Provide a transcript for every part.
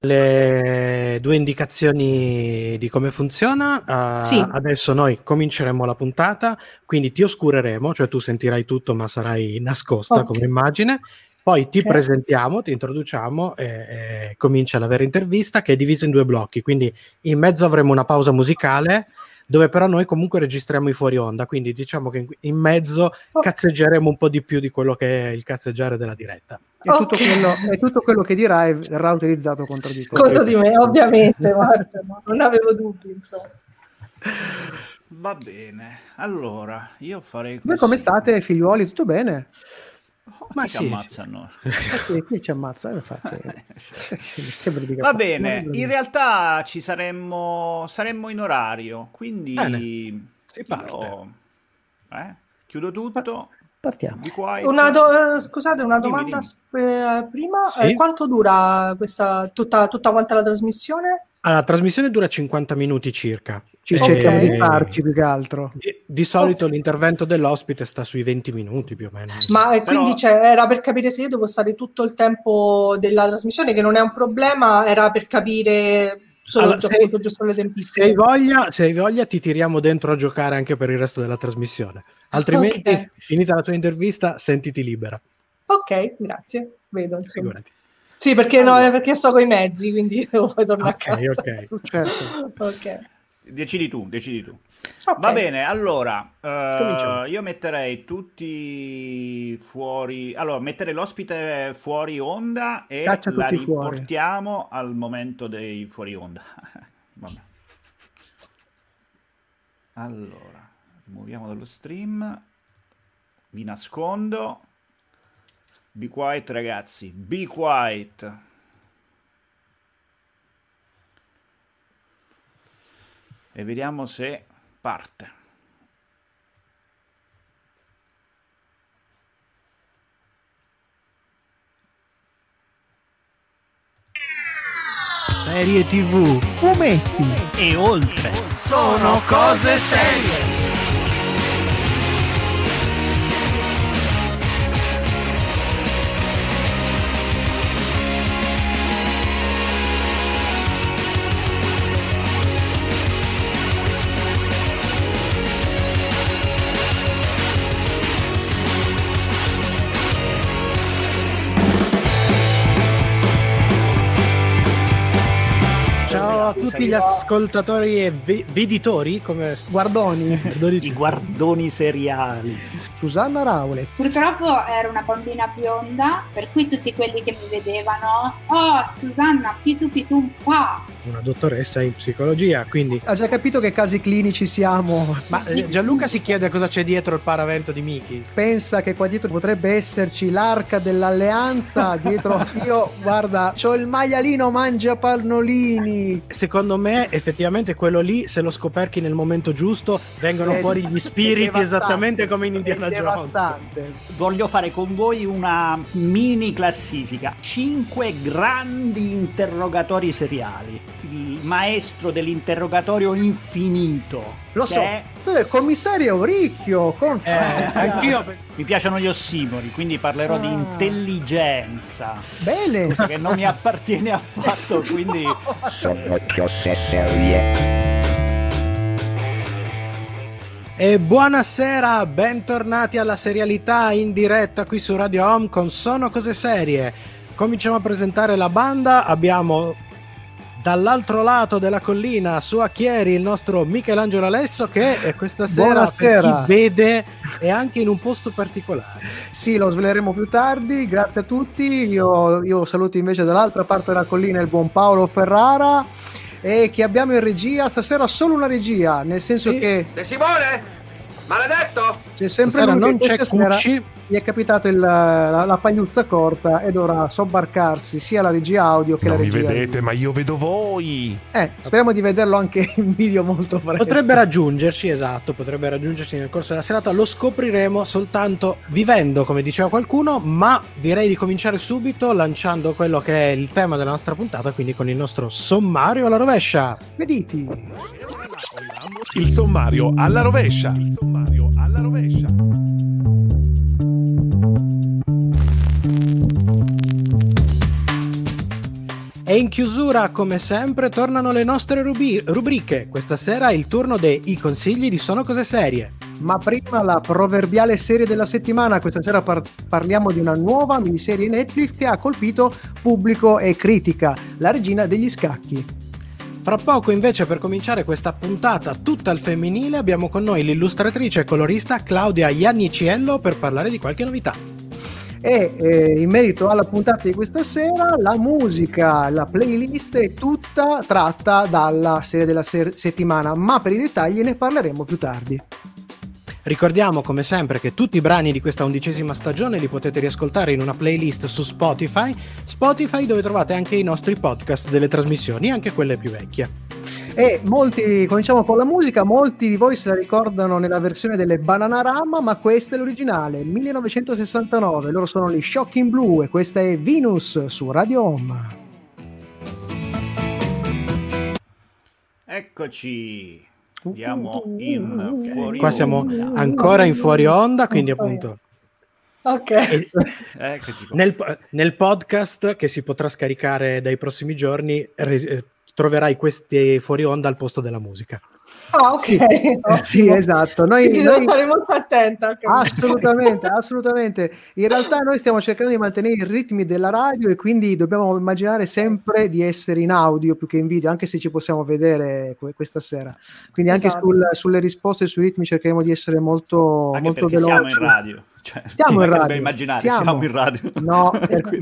le due indicazioni di come funziona. Sì. Adesso noi cominceremo la puntata, quindi ti oscureremo, cioè tu sentirai tutto ma sarai nascosta come immagine. Poi ti presentiamo, ti introduciamo e comincia la vera intervista, che è divisa in due blocchi, quindi in mezzo avremo una pausa musicale dove però noi comunque registriamo i fuori onda, quindi diciamo che in mezzo cazzeggeremo un po' di più di quello che è il cazzeggiare della diretta. E tutto quello che dirai verrà utilizzato contro di te. Contro di me, ovviamente, Marco, non avevo dubbi, insomma. Va bene, allora io farei così. Voi come state, figliuoli? Tutto bene? Ma ci ammazzano. Qui ci ammazza, infatti. Va bene, in realtà saremmo in orario, quindi si parte. Chiudo tutto. Partiamo. Scusate, una domanda prima. Sì? Quanto dura questa tutta quanta la trasmissione? La trasmissione dura 50 minuti circa. Cerchiamo di farci più che altro. Di solito l'intervento dell'ospite sta sui 20 minuti più o meno. Ma quindi era per capire se io devo stare tutto il tempo della trasmissione, che non è un problema, era per capire solo giusto le tempistiche. Se hai voglia ti tiriamo dentro a giocare anche per il resto della trasmissione. Altrimenti, finita la tua intervista, sentiti libera. Ok, grazie. Vedo, insomma. Sì, perché perché sto coi mezzi, quindi devo poi tornare a casa. Certo. Ok. Decidi tu. Okay. Va bene, allora io metterei tutti fuori. Allora, mettere l'ospite fuori onda e la riportiamo al momento dei fuori onda. Vabbè. Allora, rimuoviamo dallo stream. Vi nascondo. Be quiet, ragazzi. Be quiet. E vediamo se parte. Serie TV, fumetti e oltre. Sono cose serie. A tutti gli ascoltatori e veditori, come guardoni, i guardoni seriali. Susanna Raulet. Purtroppo ero una bambina bionda, per cui tutti quelli che mi vedevano, oh Susanna, pitu un pa. Una dottoressa in psicologia, quindi ha già capito che casi clinici siamo. Ma Gianluca si chiede cosa c'è dietro il paravento di Miki. Pensa che qua dietro potrebbe esserci l'arca dell'alleanza. Dietro io, guarda, c'ho il maialino mangia pannolini. Secondo me effettivamente quello lì, se lo scoperchi nel momento giusto, vengono fuori gli spiriti esattamente come in Indiana Jones. Voglio fare con voi una mini classifica. 5 grandi interrogatori seriali. Il maestro dell'interrogatorio infinito. Lo so, tu sei il commissario Auricchio. Anch'io. Mi piacciono gli ossimori, quindi parlerò di intelligenza. Bene. Cosa che non mi appartiene affatto, quindi. E buonasera, bentornati alla serialità in diretta qui su Radio Home con Sono Cose Serie. Cominciamo a presentare la banda. Abbiamo dall'altro lato della collina su Acchieri il nostro Michelangelo Alesso, che questa sera per chi vede è anche in un posto particolare. Sì, lo sveleremo più tardi. Grazie a tutti. Io saluto invece dall'altra parte della collina il buon Paolo Ferrara. E che abbiamo in regia stasera, solo una regia, nel senso che De Simone, maledetto, c'è sempre lui, non c'è Cucci. Gli è capitato la pagliuzza corta e dovrà sobbarcarsi sia la regia audio che non la regia. Non mi vedete, ma io vedo voi. Speriamo di vederlo anche in video molto presto. Potrebbe raggiungerci nel corso della serata. Lo scopriremo soltanto vivendo, come diceva qualcuno, ma direi di cominciare subito lanciando quello che è il tema della nostra puntata, quindi con il nostro sommario alla rovescia. Vediti. Il sommario alla rovescia. E in chiusura, come sempre, tornano le nostre rubriche. Questa sera è il turno dei consigli di Sono Cose Serie. Ma prima la proverbiale serie della settimana. Questa sera parliamo di una nuova miniserie Netflix che ha colpito pubblico e critica, La regina degli scacchi. Fra poco invece, per cominciare questa puntata tutta al femminile, abbiamo con noi l'illustratrice e colorista Claudia Ianniciello per parlare di qualche novità. E in merito alla puntata di questa sera, la musica, la playlist è tutta tratta dalla serie della settimana, ma per i dettagli ne parleremo più tardi. Ricordiamo come sempre che tutti i brani di questa 11ª stagione li potete riascoltare in una playlist su Spotify, dove trovate anche i nostri podcast delle trasmissioni, anche quelle più vecchie. E cominciamo con la musica, molti di voi se la ricordano nella versione delle Bananarama, ma questa è l'originale, 1969, loro sono gli Shocking Blue e questa è Venus su Radio Home. Eccoci. Andiamo in fuori Qua siamo ancora in fuori onda, quindi appunto nel podcast che si potrà scaricare dai prossimi giorni troverai questi fuori onda al posto della musica. Ah, ok. Sì, esatto. Noi devo stare molto attenta. Assolutamente. In realtà noi stiamo cercando di mantenere i ritmi della radio e quindi dobbiamo immaginare sempre di essere in audio più che in video, anche se ci possiamo vedere questa sera. Quindi anche sulle risposte e sui ritmi cercheremo di essere molto veloci. Siamo in radio. Siamo in radio. Dobbiamo immaginare, siamo in radio. No,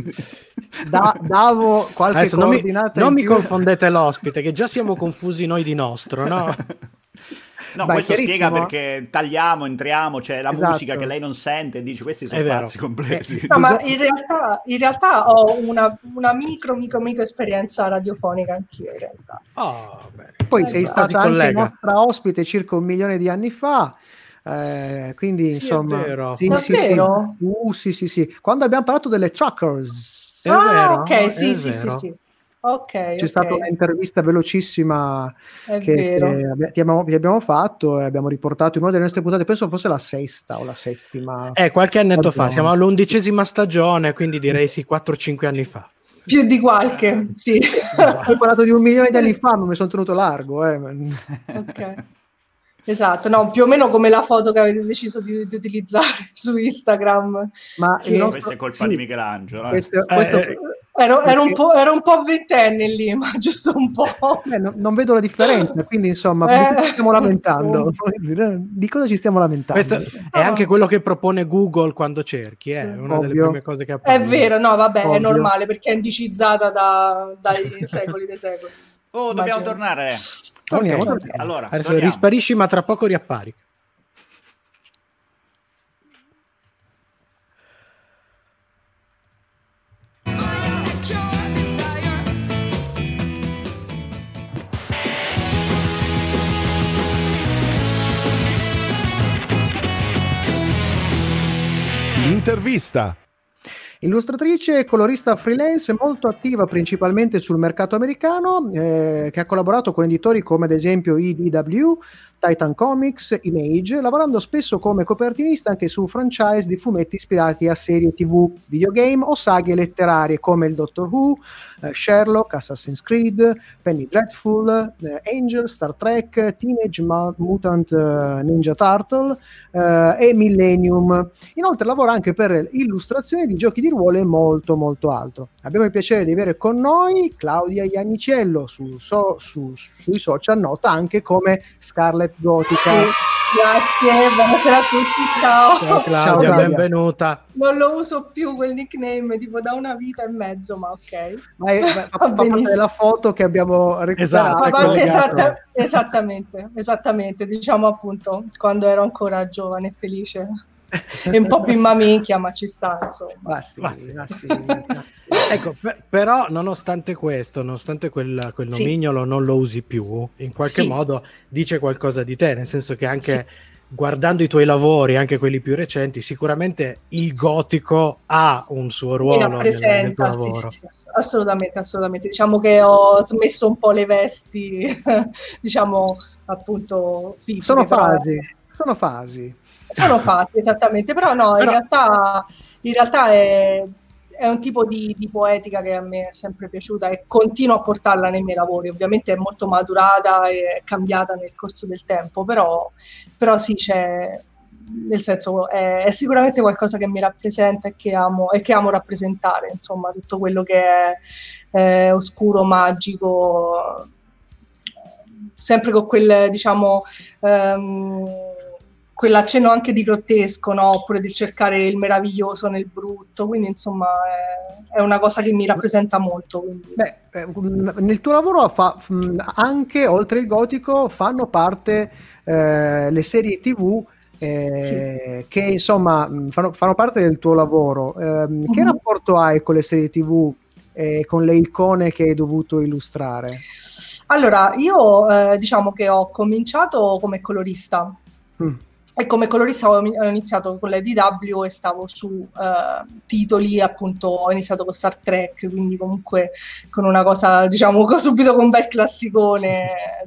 davo qualche coordinata. Non mi confondete l'ospite, che già siamo confusi noi di nostro, no? No, questo spiega perché tagliamo, entriamo, c'è la musica che lei non sente e dice questi sono spazi completi. No, ma in realtà ho una micro esperienza radiofonica anch'io in realtà. Oh, bene. Poi sei stata anche nostra ospite circa 1 milione di anni fa. Quindi insomma è vero. Sì. Quando abbiamo parlato delle Truckers, è vero, ok, sì. Ok, c'è stata un'intervista velocissima che vi abbiamo fatto e abbiamo riportato in una delle nostre puntate, penso fosse la 6ª o la 7ª. Qualche annetto fa, siamo all'11ª stagione, quindi direi 4-5 anni fa. Più di qualche, sì. Ho parlato di 1 milione di anni fa, ma mi sono tenuto largo. Ok. Esatto, no, più o meno come la foto che avete deciso di utilizzare su Instagram. Ma questa è colpa di Michelangelo. Ero un po' ventenne lì, ma giusto un po'. Non vedo la differenza, quindi insomma, di cosa ci stiamo lamentando? Di cosa ci stiamo lamentando? Questo è anche quello che propone Google quando cerchi, una delle prime cose che appare. È vero, no, vabbè, è normale, perché è indicizzata dai secoli dei secoli. Oh, dobbiamo tornare. Allora, adesso risparisci, ma tra poco riappari. L'intervista. Illustratrice e colorista freelance molto attiva principalmente sul mercato americano, che ha collaborato con editori come ad esempio IDW, Titan Comics, Image, lavorando spesso come copertinista anche su franchise di fumetti ispirati a serie TV, videogame o saghe letterarie come il Doctor Who, Sherlock, Assassin's Creed, Penny Dreadful, Angel, Star Trek, Teenage Mutant Ninja Turtle e Millennium. Inoltre lavora anche per illustrazioni di giochi di ruolo e molto molto altro. Abbiamo il piacere di avere con noi Claudia Ianniciello, sui social nota anche come Scarlet Gotica. Grazie, buonasera a tutti, ciao. Ciao Claudia, benvenuta. Non lo uso più quel nickname tipo da 1 vita e mezzo, ma ok. Fa parte della foto che abbiamo recuperato. Esattamente, diciamo appunto quando ero ancora giovane e felice. È un po' più mamicchia, ma ci sta, insomma. Sì. Ecco, però nonostante questo, nonostante quel nomignolo non lo usi più, in qualche modo dice qualcosa di te, nel senso che anche guardando i tuoi lavori, anche quelli più recenti, sicuramente il gotico ha un suo ruolo nel tuo lavoro. Sì, assolutamente. Diciamo che ho smesso un po' le vesti, diciamo appunto fisiche. Sono fasi, esattamente, però no, in realtà è un tipo di poetica che a me è sempre piaciuta e continuo a portarla nei miei lavori. Ovviamente è molto maturata e è cambiata nel corso del tempo, però sì, c'è, nel senso è sicuramente qualcosa che mi rappresenta e che amo rappresentare, insomma, tutto quello che è oscuro, magico, sempre con quel, diciamo, quell'accenno anche di grottesco, no? Oppure di cercare il meraviglioso nel brutto, quindi insomma è una cosa che mi rappresenta molto. Quindi. Nel tuo lavoro anche, oltre il gotico, fanno parte le serie TV che insomma fanno parte del tuo lavoro. Che rapporto hai con le serie TV e con le icone che hai dovuto illustrare? Allora, io diciamo che ho cominciato come colorista. E come colorista ho iniziato con la DW e stavo su titoli, appunto, ho iniziato con Star Trek, quindi comunque con una cosa, diciamo, subito con un bel classicone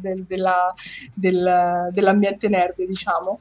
dell'ambiente nerd, diciamo.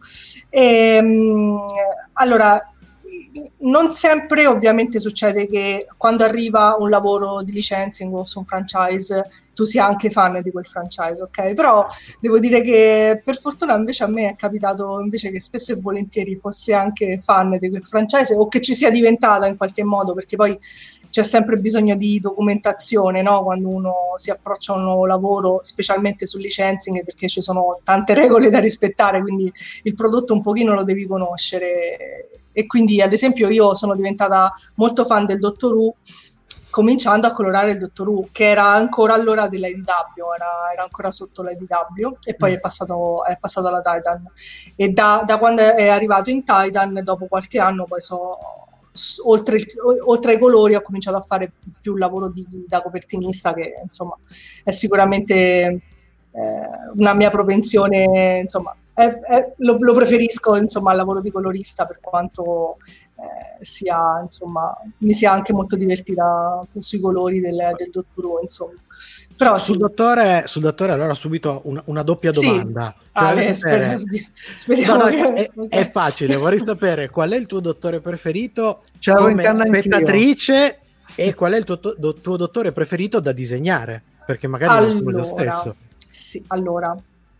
Allora, non sempre ovviamente succede che quando arriva un lavoro di licensing o su un franchise tu sia anche fan di quel franchise, ok? Però devo dire che per fortuna invece a me è capitato invece che spesso e volentieri fossi anche fan di quel franchise o che ci sia diventata in qualche modo, perché poi c'è sempre bisogno di documentazione, no? Quando uno si approccia a un nuovo lavoro, specialmente sul licensing, perché ci sono tante regole da rispettare, quindi il prodotto un pochino lo devi conoscere. E quindi ad esempio io sono diventata molto fan del Dottor Who cominciando a colorare il Dottor Who, che era ancora allora dell'IDW, era ancora sotto l'IDW e poi è passato alla Titan, e da quando è arrivato in Titan dopo qualche anno poi oltre ai colori ho cominciato a fare più lavoro da copertinista, che insomma è sicuramente una mia propensione, insomma lo preferisco, insomma, al lavoro di colorista, per quanto insomma, mi sia anche molto divertita sui colori del Dottor Who, insomma. Però sul dottore allora subito una doppia domanda. Sì. Cioè, speriamo è facile, vorrei sapere qual è il tuo dottore preferito come spettatrice e qual è il tuo dottore preferito da disegnare, perché magari non sono lo stesso. Sì, allora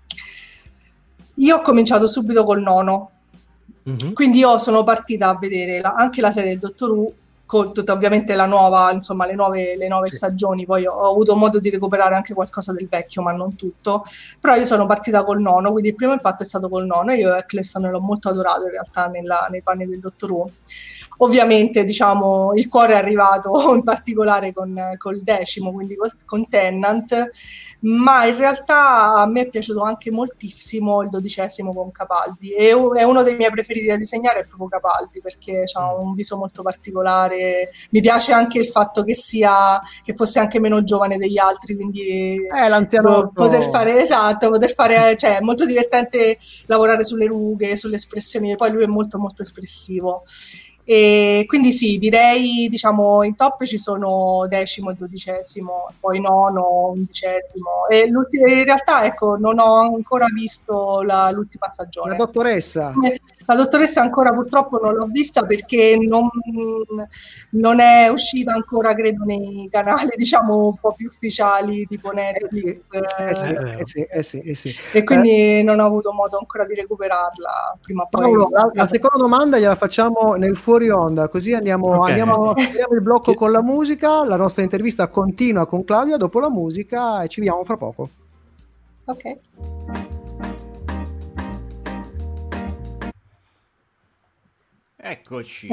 io ho cominciato subito col nono, quindi io sono partita a vedere anche la serie del Dottor Who, con tutta ovviamente la nuova, insomma le nuove stagioni, poi ho avuto modo di recuperare anche qualcosa del vecchio, ma non tutto, però io sono partita col nono, quindi il primo impatto è stato col nono, io Eccleston l'ho molto adorato in realtà nei panni del Dottor Who. Ovviamente, diciamo, il cuore è arrivato in particolare col decimo, quindi con Tennant, ma in realtà a me è piaciuto anche moltissimo il 12° con Capaldi, e è uno dei miei preferiti da disegnare, è proprio Capaldi, perché ha un viso molto particolare. Mi piace anche il fatto che fosse anche meno giovane degli altri, quindi l'anzianotto. poter fare, cioè è molto divertente lavorare sulle rughe, sulle espressioni, poi lui è molto molto espressivo. E quindi sì, direi, diciamo, in top ci sono 10° e 12°, poi 9°, 11°, e in realtà, ecco, non ho ancora visto l'ultima stagione. La dottoressa? La dottoressa ancora purtroppo non l'ho vista, perché non è uscita ancora, credo, nei canali, diciamo, un po' più ufficiali, tipo Netflix. Sì. E quindi non ho avuto modo ancora di recuperarla prima o poi. Paolo, la seconda domanda gliela facciamo nel fuori onda, così andiamo il blocco con la musica. La nostra intervista continua con Claudia dopo la musica e ci vediamo fra poco. Ok. Eccoci.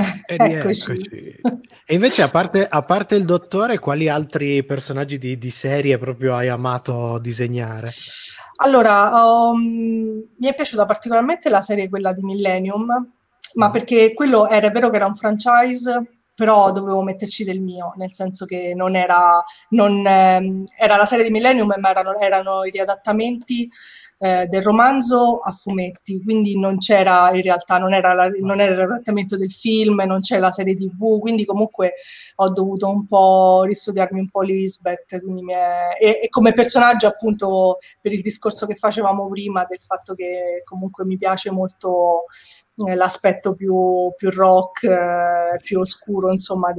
E invece, a parte il dottore, quali altri personaggi di serie proprio hai amato disegnare? Allora, mi è piaciuta particolarmente la serie, quella di Millennium, ma perché quello è vero che era un franchise, però dovevo metterci del mio, nel senso che era la serie di Millennium, ma erano i riadattamenti del romanzo a fumetti, quindi non c'era in realtà, non era il adattamento del film, non c'è la serie TV, quindi comunque ho dovuto un po' ristudiarmi un po' Lisbeth, e come personaggio, appunto, per il discorso che facevamo prima del fatto che comunque mi piace molto l'aspetto più rock, più oscuro, insomma,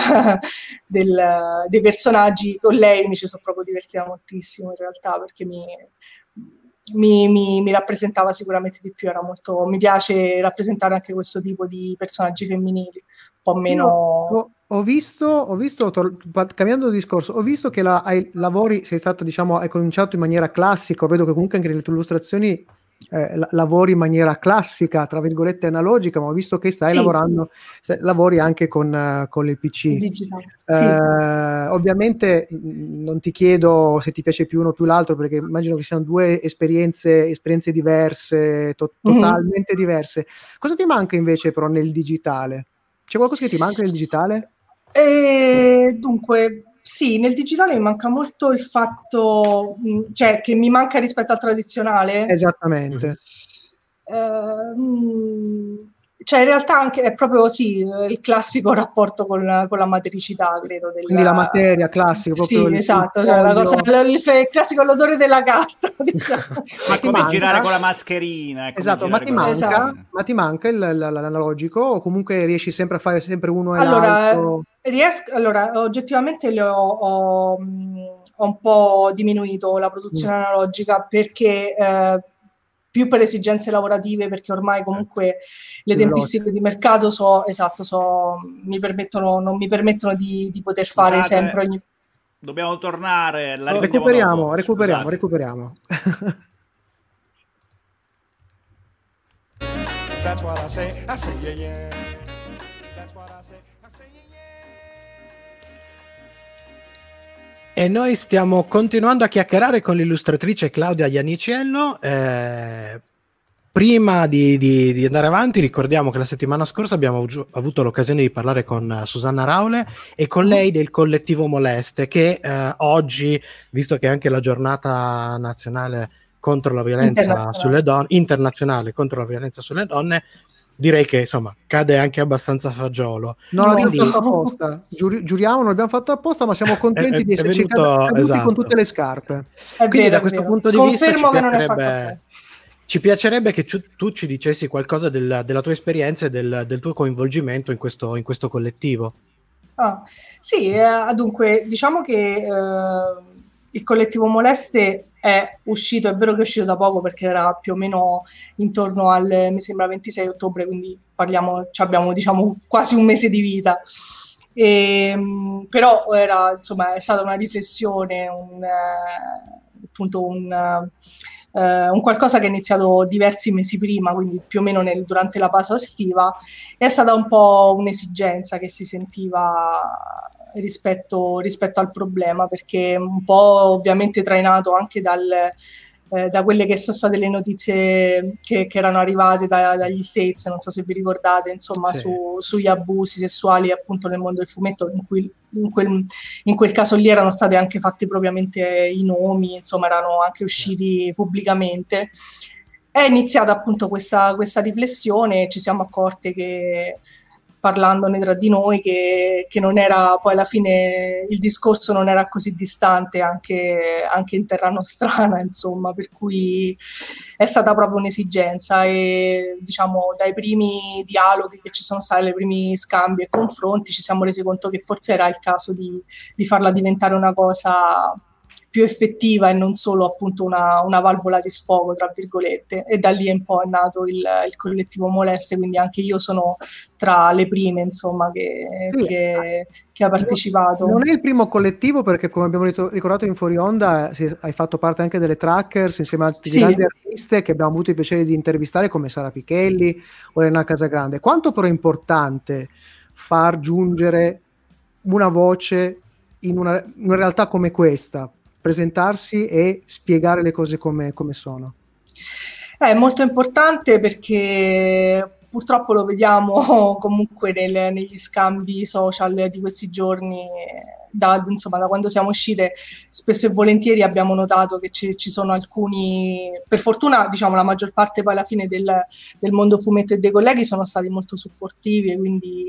dei personaggi. Con lei mi ci sono proprio divertita moltissimo in realtà, perché mi rappresentava sicuramente di più, mi piace rappresentare anche questo tipo di personaggi femminili, un po' meno... Ho visto, cambiando discorso, ho visto che lavori, sei stato, diciamo, hai cominciato in maniera classica, vedo che comunque anche nelle tue illustrazioni lavori in maniera classica, tra virgolette analogica, ma ho visto che lavori anche con il PC. Ovviamente non ti chiedo se ti piace più uno o più l'altro, perché immagino che siano due esperienze diverse, totalmente diverse. Cosa ti manca invece però nel digitale? C'è qualcosa che ti manca nel digitale? Dunque, sì, nel digitale mi manca molto il fatto, cioè che mi manca rispetto al tradizionale. Esattamente. Cioè in realtà anche è proprio il classico rapporto con la matericità, credo. Quindi la materia classica. Sì, esatto, cioè il classico l'odore della carta. Diciamo. Ma come girare con la mascherina. Esatto, ma ti manca l'analogico, o comunque riesci sempre a fare sempre uno e l'altro? Oggettivamente ho un po' diminuito la produzione analogica, perché più per esigenze lavorative, perché ormai comunque le tempistiche di mercato non mi permettono di poter fare sempre ogni... Dobbiamo tornare, recuperiamo. That's what I say yeah, yeah. That's what I say yeah, yeah. E noi stiamo continuando a chiacchierare con l'illustratrice Claudia Ianniciello. Prima di andare avanti, ricordiamo che la settimana scorsa abbiamo avuto l'occasione di parlare con Susanna Raule e con lei del collettivo Moleste, che oggi, visto che è anche la giornata nazionale contro la violenza sulle donne, internazionale contro la violenza sulle donne, direi che insomma cade anche abbastanza a fagiolo. Non l'abbiamo fatto apposta, giuriamo, non l'abbiamo fatto apposta, ma siamo contenti di esserci caduti con tutte le scarpe. Quindi da questo punto di vista ci piacerebbe che tu ci dicessi qualcosa della tua esperienza e del tuo coinvolgimento in questo collettivo. Sì, dunque diciamo che il collettivo Moleste è vero che è uscito da poco, perché era più o meno intorno al, mi sembra, 26 ottobre, quindi abbiamo diciamo quasi un mese di vita. Però è stata una riflessione, un qualcosa che è iniziato diversi mesi prima, quindi più o meno durante la pausa estiva. È stata un po' un'esigenza che si sentiva rispetto al problema, perché un po' ovviamente trainato anche da quelle che sono state le notizie che erano arrivate dagli States, non so se vi ricordate, insomma, sì, sugli abusi sessuali appunto nel mondo del fumetto, in cui in quel caso lì erano state anche fatte propriamente i nomi, insomma erano anche usciti pubblicamente. È iniziata appunto questa riflessione e ci siamo accorte che, parlandone tra di noi, che non era, poi alla fine il discorso non era così distante anche in terra nostrana, insomma, per cui è stata proprio un'esigenza. E diciamo dai primi dialoghi che ci sono stati, dai primi scambi e confronti, ci siamo resi conto che forse era il caso di farla diventare una cosa più effettiva e non solo appunto una valvola di sfogo, tra virgolette, e da lì in poi è nato il collettivo Moleste, quindi anche io sono tra le prime, insomma, che ha partecipato. Non è il primo collettivo, perché come abbiamo ricordato in fuori onda hai fatto parte anche delle Trackers insieme a altri grandi artiste che abbiamo avuto il piacere di intervistare, come Sara Pichelli o Elena Casagrande. Quanto però è importante far giungere una voce in una realtà come questa, presentarsi e spiegare le cose come sono? È molto importante, perché purtroppo lo vediamo comunque negli scambi social di questi giorni, insomma, da quando siamo uscite, spesso e volentieri abbiamo notato che ci sono alcuni, per fortuna diciamo la maggior parte poi alla fine del mondo fumetto e dei colleghi sono stati molto supportivi, e quindi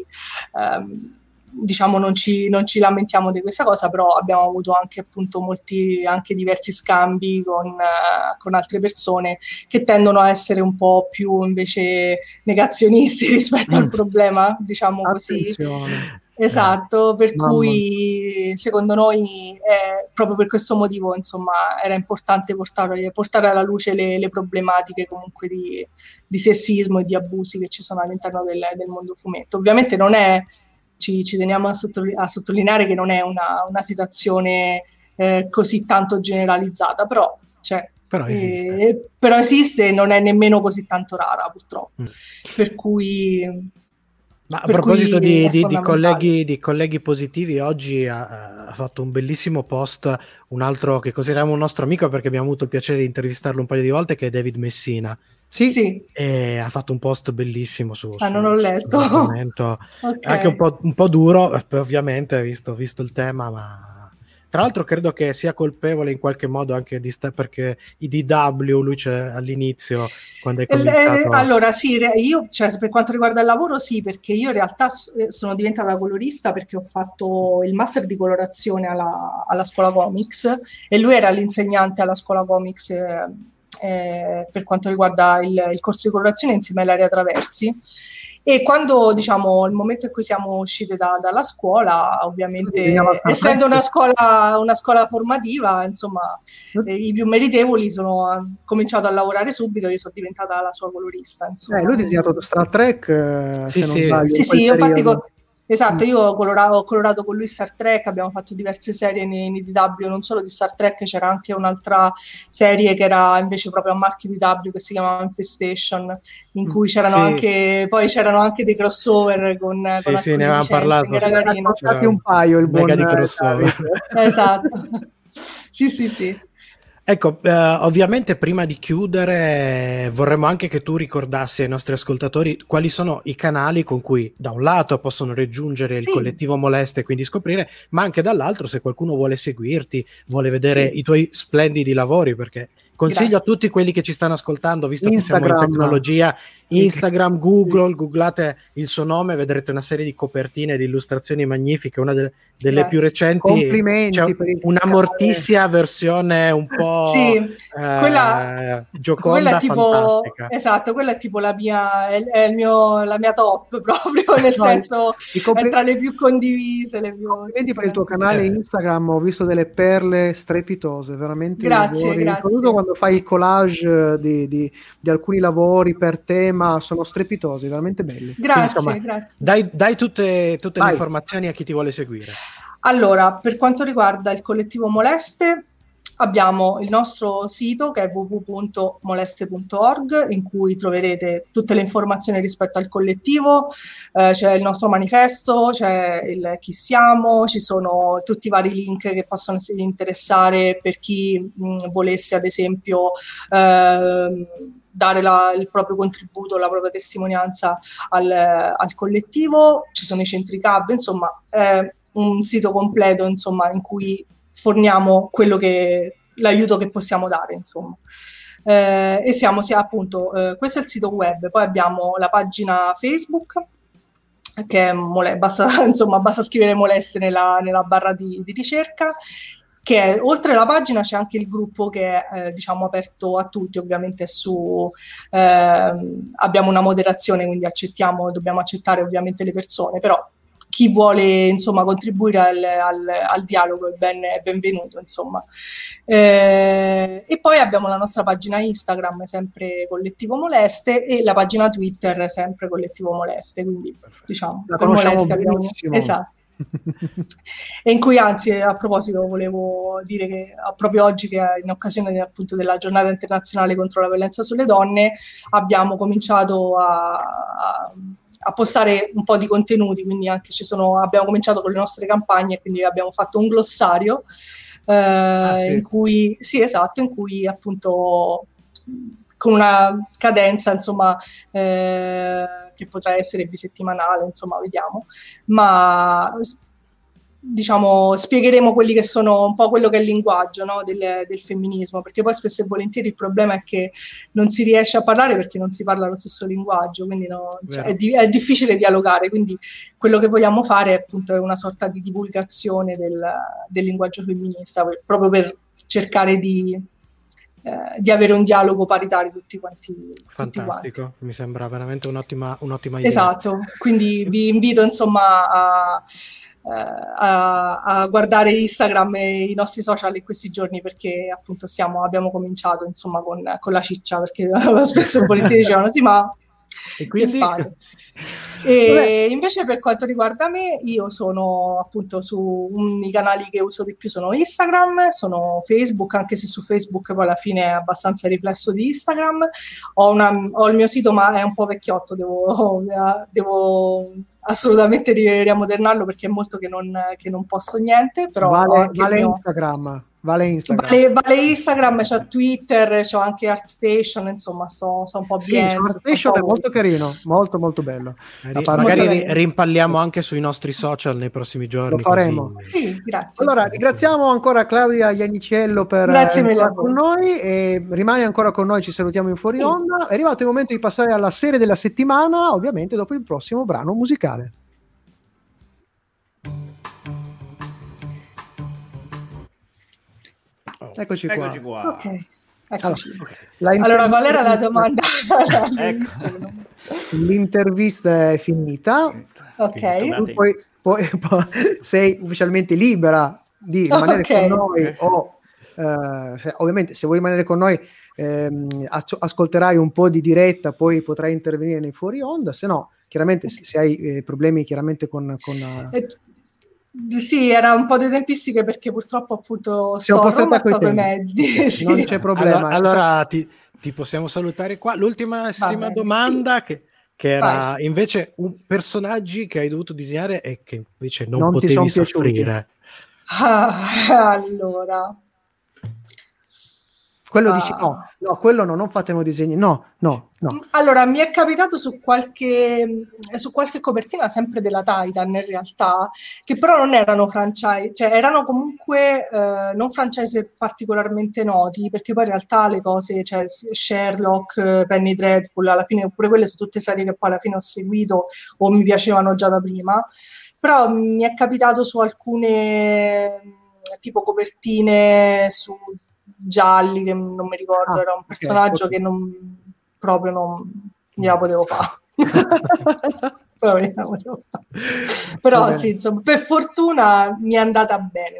diciamo non ci lamentiamo di questa cosa, però abbiamo avuto anche appunto anche diversi scambi con altre persone che tendono a essere un po' più invece negazionisti rispetto al problema, diciamo così. Esatto, per cui secondo noi proprio per questo motivo insomma era importante portare alla luce le problematiche comunque di sessismo e di abusi che ci sono all'interno del mondo fumetto. Ovviamente non è, ci teniamo a sottolineare che non è una situazione così tanto generalizzata, però esiste e non è nemmeno così tanto rara purtroppo, per cui... Ma a proposito di colleghi positivi, oggi ha fatto un bellissimo post un altro che consideriamo un nostro amico, perché abbiamo avuto il piacere di intervistarlo un paio di volte, che è David Messina. Sì. E ha fatto un post bellissimo non l'ho letto. Okay. Anche un po' duro, ovviamente, visto il tema, ma tra l'altro credo che sia colpevole in qualche modo anche perché i DW, lui c'è all'inizio quando hai cominciato. Allora sì, io per quanto riguarda il lavoro sì, perché io in realtà sono diventata colorista perché ho fatto il master di colorazione alla scuola comics, e lui era l'insegnante alla scuola comics per quanto riguarda il corso di colorazione insieme a Ilaria Traversi. E quando, diciamo, il momento in cui siamo uscite dalla scuola, ovviamente, essendo una scuola formativa, insomma, i più meritevoli hanno cominciato a lavorare subito, io sono diventata la sua colorista. Insomma. Lui ha disegnato Star Trek, sì, io infatti... Esatto, io ho colorato con lui Star Trek, abbiamo fatto diverse serie nei DW, non solo di Star Trek, c'era anche un'altra serie che era invece proprio a marchi DW che si chiamava Infestation, in cui c'erano anche dei crossover con ne avevamo parlato, era carino. Un paio il buon di crossover. Esatto. Sì. Ecco, ovviamente prima di chiudere vorremmo anche che tu ricordassi ai nostri ascoltatori quali sono i canali con cui da un lato possono raggiungere il collettivo Moleste e quindi scoprire, ma anche dall'altro se qualcuno vuole seguirti, vuole vedere i tuoi splendidi lavori, perché consiglio a tutti quelli che ci stanno ascoltando, visto che siamo in tecnologia, Instagram, googlate il suo nome, vedrete una serie di copertine e di illustrazioni magnifiche, una delle più recenti. Complimenti, c'è una Morticia versione un po' gioconda, fantastica. Esatto, quella è tipo la mia top proprio, nel senso è tra le più condivise, le più... Complimenti per il tuo canale Instagram, ho visto delle perle strepitose, veramente. Grazie. Soprattutto quando fai il collage di alcuni lavori per tema, sono strepitosi, veramente belli. Grazie. Dai tutte le informazioni a chi ti vuole seguire. Allora, per quanto riguarda il collettivo Moleste, abbiamo il nostro sito che è www.moleste.org, in cui troverete tutte le informazioni rispetto al collettivo, c'è il nostro manifesto, c'è il chi siamo, ci sono tutti i vari link che possono interessare per chi volesse ad esempio dare il proprio contributo, la propria testimonianza al collettivo. Ci sono i centri CAV, insomma è un sito completo, insomma, in cui forniamo l'aiuto che possiamo dare, insomma. E siamo appunto, questo è il sito web, poi abbiamo la pagina Facebook, che è basta scrivere Moleste nella barra di ricerca, che è, oltre alla pagina c'è anche il gruppo che è diciamo aperto a tutti, ovviamente abbiamo una moderazione, quindi dobbiamo accettare ovviamente le persone, però chi vuole insomma contribuire al dialogo è benvenuto, insomma. E poi abbiamo la nostra pagina Instagram, sempre Collettivo Moleste, e la pagina Twitter, sempre Collettivo Moleste, quindi diciamo la conosciamo benissimo. Esatto. E in cui, anzi, a proposito, volevo dire che proprio oggi, che in occasione appunto della giornata internazionale contro la violenza sulle donne, abbiamo cominciato a postare un po' di contenuti, quindi anche abbiamo cominciato con le nostre campagne, e quindi abbiamo fatto un glossario in cui appunto con una cadenza, insomma, che potrà essere bisettimanale, insomma, vediamo, ma diciamo, spiegheremo quelli che sono un po' quello che è il linguaggio, no, del femminismo, perché poi spesso e volentieri il problema è che non si riesce a parlare perché non si parla lo stesso linguaggio, quindi è difficile dialogare, quindi quello che vogliamo fare appunto è una sorta di divulgazione del linguaggio femminista, proprio per cercare di avere un dialogo paritario tutti quanti. Fantastico, mi sembra veramente un'ottima idea. Esatto, quindi vi invito insomma a guardare Instagram e i nostri social in questi giorni, perché appunto abbiamo cominciato insomma con la ciccia, perché spesso e volentieri dicevano sì, ma e quindi? Che fate? E invece per quanto riguarda me, io sono appunto i canali che uso di più sono Instagram, sono Facebook, anche se su Facebook poi alla fine è abbastanza riflesso di Instagram. Ho il mio sito, ma è un po' vecchiotto, devo assolutamente riamodernarlo perché è molto che non posto niente, però vale Instagram. Vale Instagram, c'è Twitter, c'ho anche ArtStation, insomma sto un po' bien. ArtStation è molto carino, molto molto bello. Magari rimpalliamo anche sui nostri social nei prossimi giorni. Lo faremo. Così. Sì, grazie. Allora, ringraziamo ancora Claudia Ianniciello per essere con noi, e rimane ancora con noi, ci salutiamo in fuori onda. È arrivato il momento di passare alla serie della settimana, ovviamente dopo il prossimo brano musicale. Eccoci qua. Ok. Allora, qual era la domanda? L'intervista è finita. Ok. Poi sei ufficialmente libera di rimanere con noi o ovviamente se vuoi rimanere con noi ascolterai un po' di diretta, poi potrai intervenire nei fuori onda, se no chiaramente se hai problemi chiaramente con sì, era un po' di tempistiche perché purtroppo appunto sto coi mezzi. Sì. Non c'è problema. Allora ti possiamo salutare qua. L'ultimissima domanda che era invece personaggi che hai dovuto disegnare e che invece non potevi soffrire. Allora, quello dici no, quello no, non fatemi disegni, no. Allora, mi è capitato su qualche copertina sempre della Titan in realtà, che però non erano franchise, cioè erano comunque non franchise particolarmente noti, perché poi in realtà le cose, cioè Sherlock, Penny Dreadful, alla fine pure quelle sono tutte serie che poi alla fine ho seguito o mi piacevano già da prima, però mi è capitato su alcune tipo copertine su gialli che non mi ricordo, era un personaggio che non gliela potevo fare. Però sì, insomma, per fortuna mi è andata bene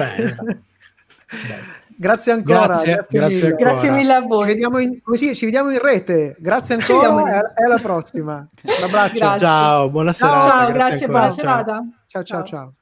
Grazie ancora, grazie mille a voi. Ci vediamo in rete. Grazie ancora e alla prossima. Un abbraccio. Grazie. Ciao, buona serata. Ciao, grazie, buona serata. Ciao.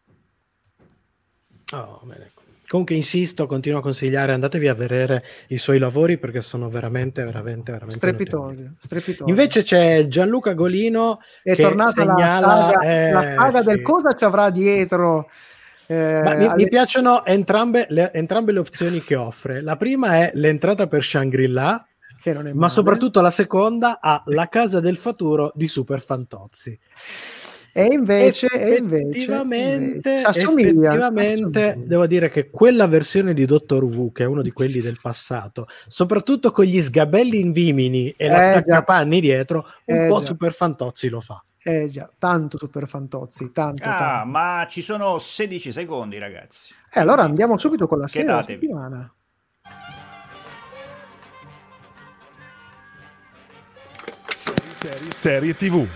Oh, bene. Comunque insisto, continuo a consigliare, andatevi a vedere i suoi lavori perché sono veramente strepitosi. Invece c'è Gianluca Golino che tornata segnala la saga del cosa ci avrà dietro. Mi piacciono entrambe le opzioni che offre. La prima è l'entrata per Shangri-La, che non è male, ma soprattutto la seconda ha La casa del futuro di Super Fantozzi. E invece assomiglia. Devo dire che quella versione di Dottor Who, che è uno di quelli del passato, soprattutto con gli sgabelli in vimini e l'attaccapanni dietro, un po' Super Fantozzi lo fa. Già, tanto Super Fantozzi, tanto. Ma ci sono 16 secondi, ragazzi. Allora andiamo subito con la serie della settimana. Serie TV.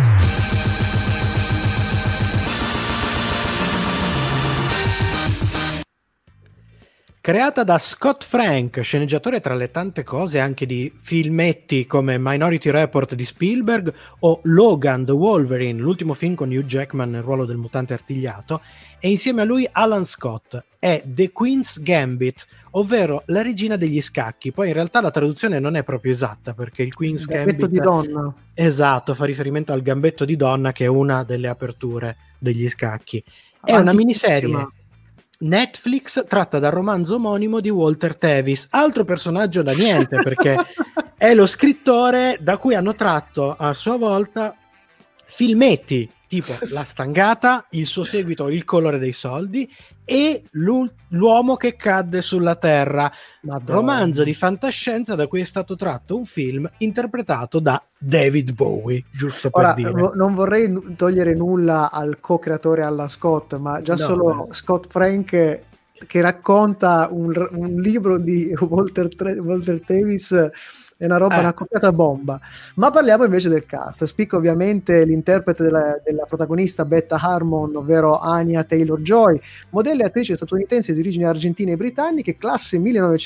Creata da Scott Frank, sceneggiatore tra le tante cose anche di filmetti come Minority Report di Spielberg o Logan the Wolverine, l'ultimo film con Hugh Jackman nel ruolo del mutante artigliato, e insieme a lui Alan Scott, è The Queen's Gambit, ovvero la regina degli scacchi. Poi in realtà la traduzione non è proprio esatta perché il Queen's Gambit di donna. Esatto, fa riferimento al gambetto di donna, che è una delle aperture degli scacchi. È una miniserie Netflix tratta dal romanzo omonimo di Walter Tevis, altro personaggio da niente perché è lo scrittore da cui hanno tratto a sua volta filmetti tipo La Stangata, il suo seguito Il colore dei soldi e L'uomo che cadde sulla terra, romanzo di fantascienza da cui è stato tratto un film interpretato da David Bowie, giusto per dire. Non vorrei togliere nulla al co-creatore Alan Scott, ma già solo Scott Frank che racconta un libro di Walter Tevis è una roba, una coppiata bomba. Ma parliamo invece del cast. Spicca ovviamente l'interprete della protagonista Beth Harmon, ovvero Anya Taylor-Joy, modella e attrice statunitense di origini argentine e britanniche, classe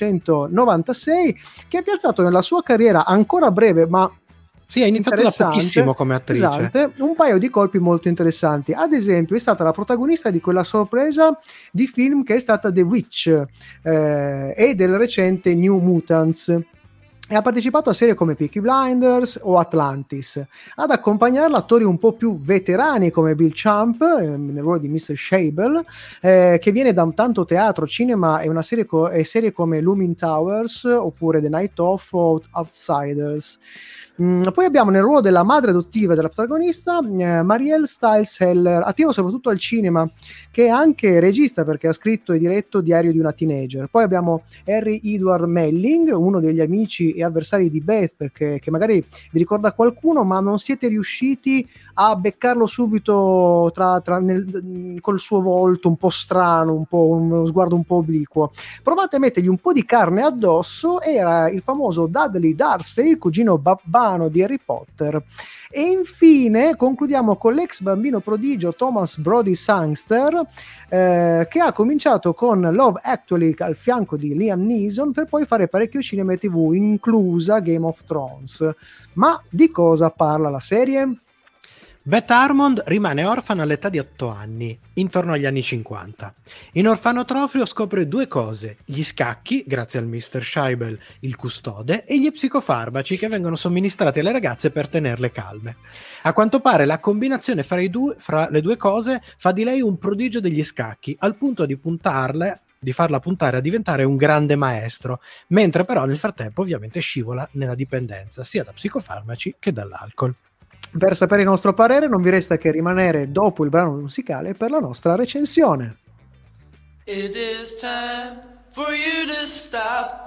1996, che ha piazzato nella sua carriera ancora breve, ma sì, ha iniziato da pochissimo come attrice. Esatto, un paio di colpi molto interessanti. Ad esempio è stata la protagonista di quella sorpresa di film che è stata The Witch e del recente New Mutants, e ha partecipato a serie come Peaky Blinders o Atlantis. Ad accompagnarla attori un po' più veterani come Bill Champ nel ruolo di Mr. Shable, che viene da tanto teatro, cinema e una serie come Looming Towers oppure The Night Of o Outsiders. Poi abbiamo nel ruolo della madre adottiva della protagonista Marielle Stiles Heller, attiva soprattutto al cinema, che è anche regista perché ha scritto e diretto Diario di una teenager. Poi abbiamo Harry Edward Melling, uno degli amici e avversari di Beth, che magari vi ricorda qualcuno, ma non siete riusciti a beccarlo subito col suo volto un po' strano, uno sguardo un po' obliquo. Provate a mettergli un po' di carne addosso. Era il famoso Dudley Dursley, il cugino babbano di Harry Potter. E infine concludiamo con l'ex bambino prodigio Thomas Brody Sangster, che ha cominciato con Love Actually al fianco di Liam Neeson, per poi fare parecchio cinema e TV, inclusa Game of Thrones. Ma di cosa parla la serie? Beth Harmon rimane orfana all'età di 8 anni, intorno agli anni 50. In orfanotrofio scopre due cose: gli scacchi, grazie al Mr. Scheibel, il custode, e gli psicofarmaci che vengono somministrati alle ragazze per tenerle calme. A quanto pare la combinazione fra le due cose fa di lei un prodigio degli scacchi, al punto di farla puntare a diventare un grande maestro, mentre però nel frattempo ovviamente scivola nella dipendenza sia da psicofarmaci che dall'alcol. Per sapere il nostro parere non vi resta che rimanere dopo il brano musicale per la nostra recensione. It is time for you to stop.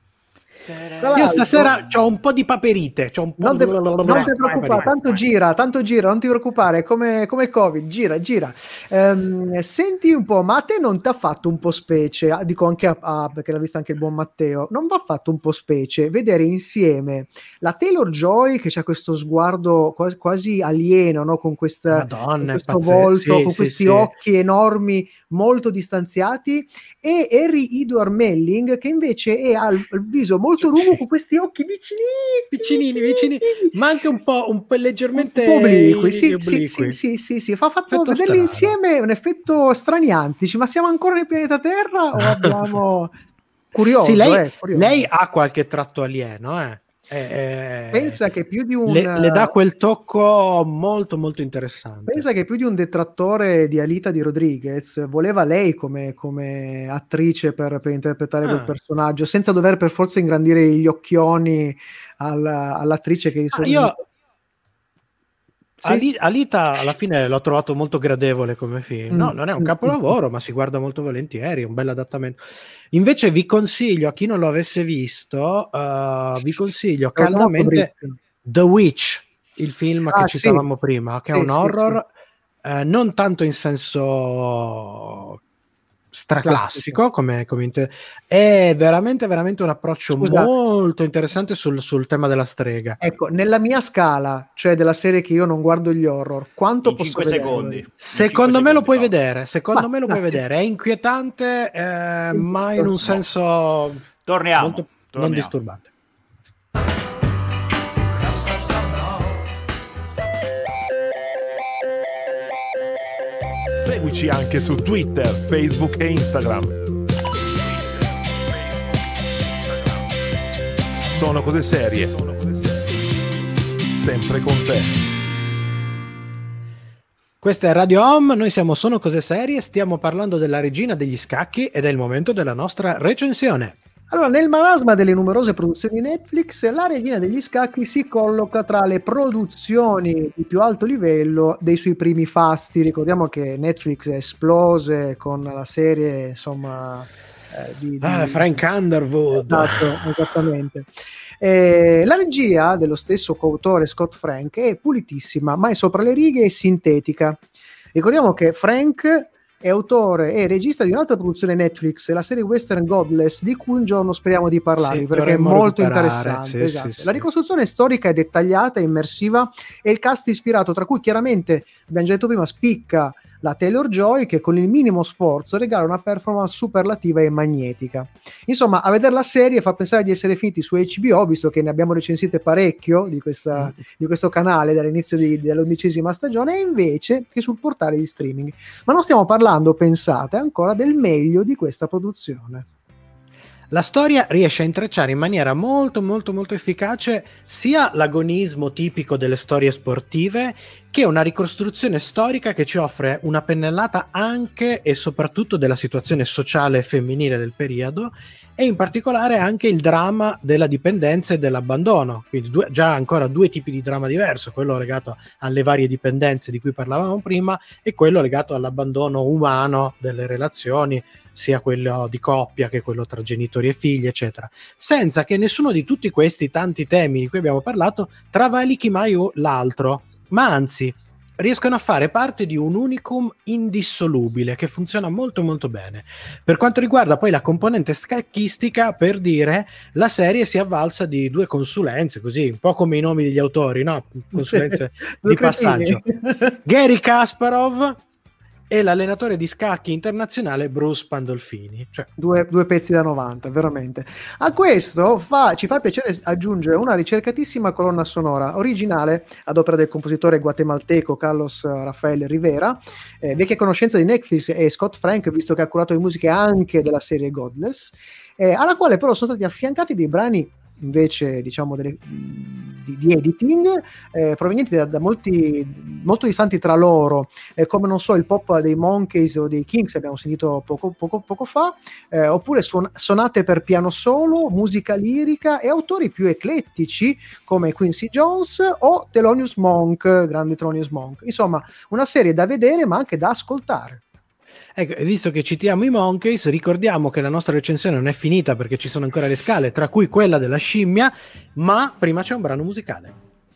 Io stasera c'ho un po' di paperite, non ti preoccupare, tanto gira, non ti preoccupare, come Covid, gira. Senti un po', ma a te non ti ha fatto un po' specie, dico anche perché l'ha vista anche il buon Matteo, non vi ha fatto un po' specie vedere insieme la Taylor-Joy che c'ha questo sguardo quasi alieno, no? Con questo volto, con questi occhi enormi molto distanziati, e Harry Edward Melling che invece ha il viso molto lungo con questi occhi vicinini, ma anche un po' leggermente obliqui. Sì. Fa fatto vederli insieme un effetto straniante. Dici, ma siamo ancora nel pianeta Terra o abbiamo curioso? Sì, lei ha qualche tratto alieno, Pensa che più di un le dà quel tocco molto molto interessante. Pensa che più di un detrattore di Alita di Rodriguez voleva lei come attrice per interpretare quel personaggio, senza dover per forza ingrandire gli occhioni all'attrice che Alita alla fine l'ho trovato molto gradevole come film. No, non è un capolavoro, ma si guarda molto volentieri, è un bel adattamento. Invece vi consiglio, a chi non lo avesse visto, vi consiglio caldamente The Witch, il film che citavamo prima, che è un horror non tanto in senso straclassico è veramente un approccio molto interessante sul tema della strega. Ecco, nella mia scala, cioè della serie che io non guardo gli horror, quanto posso vedere? 5 secondi. Secondo me lo puoi vedere, è inquietante, ma in un senso torniamo. Non disturbante. Seguici anche su Twitter, Facebook e Instagram. Sono cose serie. Sempre con te. Questa è Radio Home, noi Sono cose serie, stiamo parlando della regina degli scacchi ed è il momento della nostra recensione. Allora, nel marasma delle numerose produzioni Netflix, La Regina degli Scacchi si colloca tra le produzioni di più alto livello dei suoi primi fasti. Ricordiamo che Netflix esplose con la serie, insomma, di Frank Underwood. Esatto, esattamente. La regia dello stesso coautore Scott Frank è pulitissima, ma è sopra le righe e sintetica. Ricordiamo che Frank è autore e regista di un'altra produzione Netflix, la serie western Godless, di cui un giorno speriamo di parlarvi, perché è molto interessante. Sì, esatto. sì, La ricostruzione storica è dettagliata, immersiva, e il cast ispirato, tra cui chiaramente, abbiamo già detto prima, spicca la Taylor-Joy, che con il minimo sforzo regala una performance superlativa e magnetica. Insomma, a vedere la serie fa pensare di essere finiti su HBO, visto che ne abbiamo recensite parecchio di questo canale dall'inizio dell'11ª stagione, e invece che sul portale di streaming. Ma non stiamo parlando, pensate, ancora del meglio di questa produzione. La storia riesce a intrecciare in maniera molto molto molto efficace sia l'agonismo tipico delle storie sportive, che una ricostruzione storica che ci offre una pennellata anche e soprattutto della situazione sociale femminile del periodo, e in particolare anche il dramma della dipendenza e dell'abbandono. Quindi già ancora due tipi di dramma diverso, quello legato alle varie dipendenze di cui parlavamo prima e quello legato all'abbandono umano delle relazioni, sia quello di coppia che quello tra genitori e figli, eccetera, senza che nessuno di tutti questi tanti temi di cui abbiamo parlato travalichi mai l'altro, ma anzi riescono a fare parte di un unicum indissolubile che funziona molto molto bene. Per quanto riguarda poi la componente scacchistica, per dire, la serie si è avvalsa di due consulenze, così un po' come i nomi degli autori, no? Consulenze di passaggio. Gary Kasparov e l'allenatore di scacchi internazionale Bruce Pandolfini, cioè due pezzi da 90, veramente. A questo ci fa piacere aggiungere una ricercatissima colonna sonora originale ad opera del compositore guatemalteco Carlos Rafael Rivera, vecchia conoscenza di Netflix e Scott Frank, visto che ha curato le musiche anche della serie Godless, alla quale però sono stati affiancati dei brani invece, diciamo, di editing provenienti da molto distanti tra loro, come non so il pop dei Monkeys o dei Kings, abbiamo sentito poco fa, oppure sonate per piano solo, musica lirica e autori più eclettici come Quincy Jones o Thelonious Monk, grande Thelonious Monk. Insomma, una serie da vedere ma anche da ascoltare. Ecco, visto che citiamo i Monkeys, ricordiamo che la nostra recensione non è finita perché ci sono ancora le scale, tra cui quella della scimmia, ma prima c'è un brano musicale.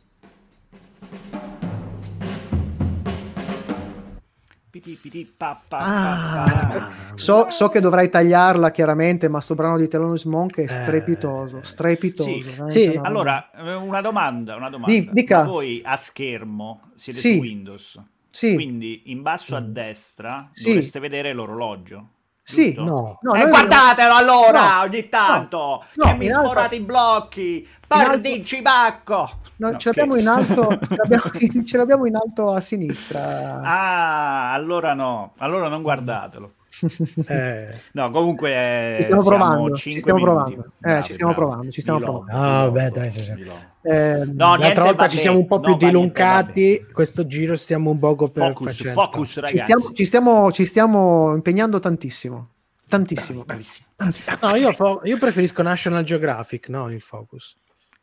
So che dovrai tagliarla chiaramente, ma sto brano di Thelonious Monk è strepitoso. Sì. Allora, una domanda. Dica. Ma voi a schermo siete su Windows? Sì. Quindi in basso a destra dovreste vedere l'orologio. Sì, no, guardatelo allora ogni tanto, che mi sforate i blocchi, pardici bacco. No, ce l'abbiamo in alto, ce l'abbiamo in alto a sinistra. Ah, allora no, allora non guardatelo. No, comunque ci stiamo provando. Ci stiamo provando. Ah, beh, dai. No, l'altra volta ci siamo un po' più dilungati, questo giro stiamo un poco per focus, ragazzi. Ci stiamo impegnando tantissimo. Bravissimo. No, io preferisco National Geographic, no, il focus.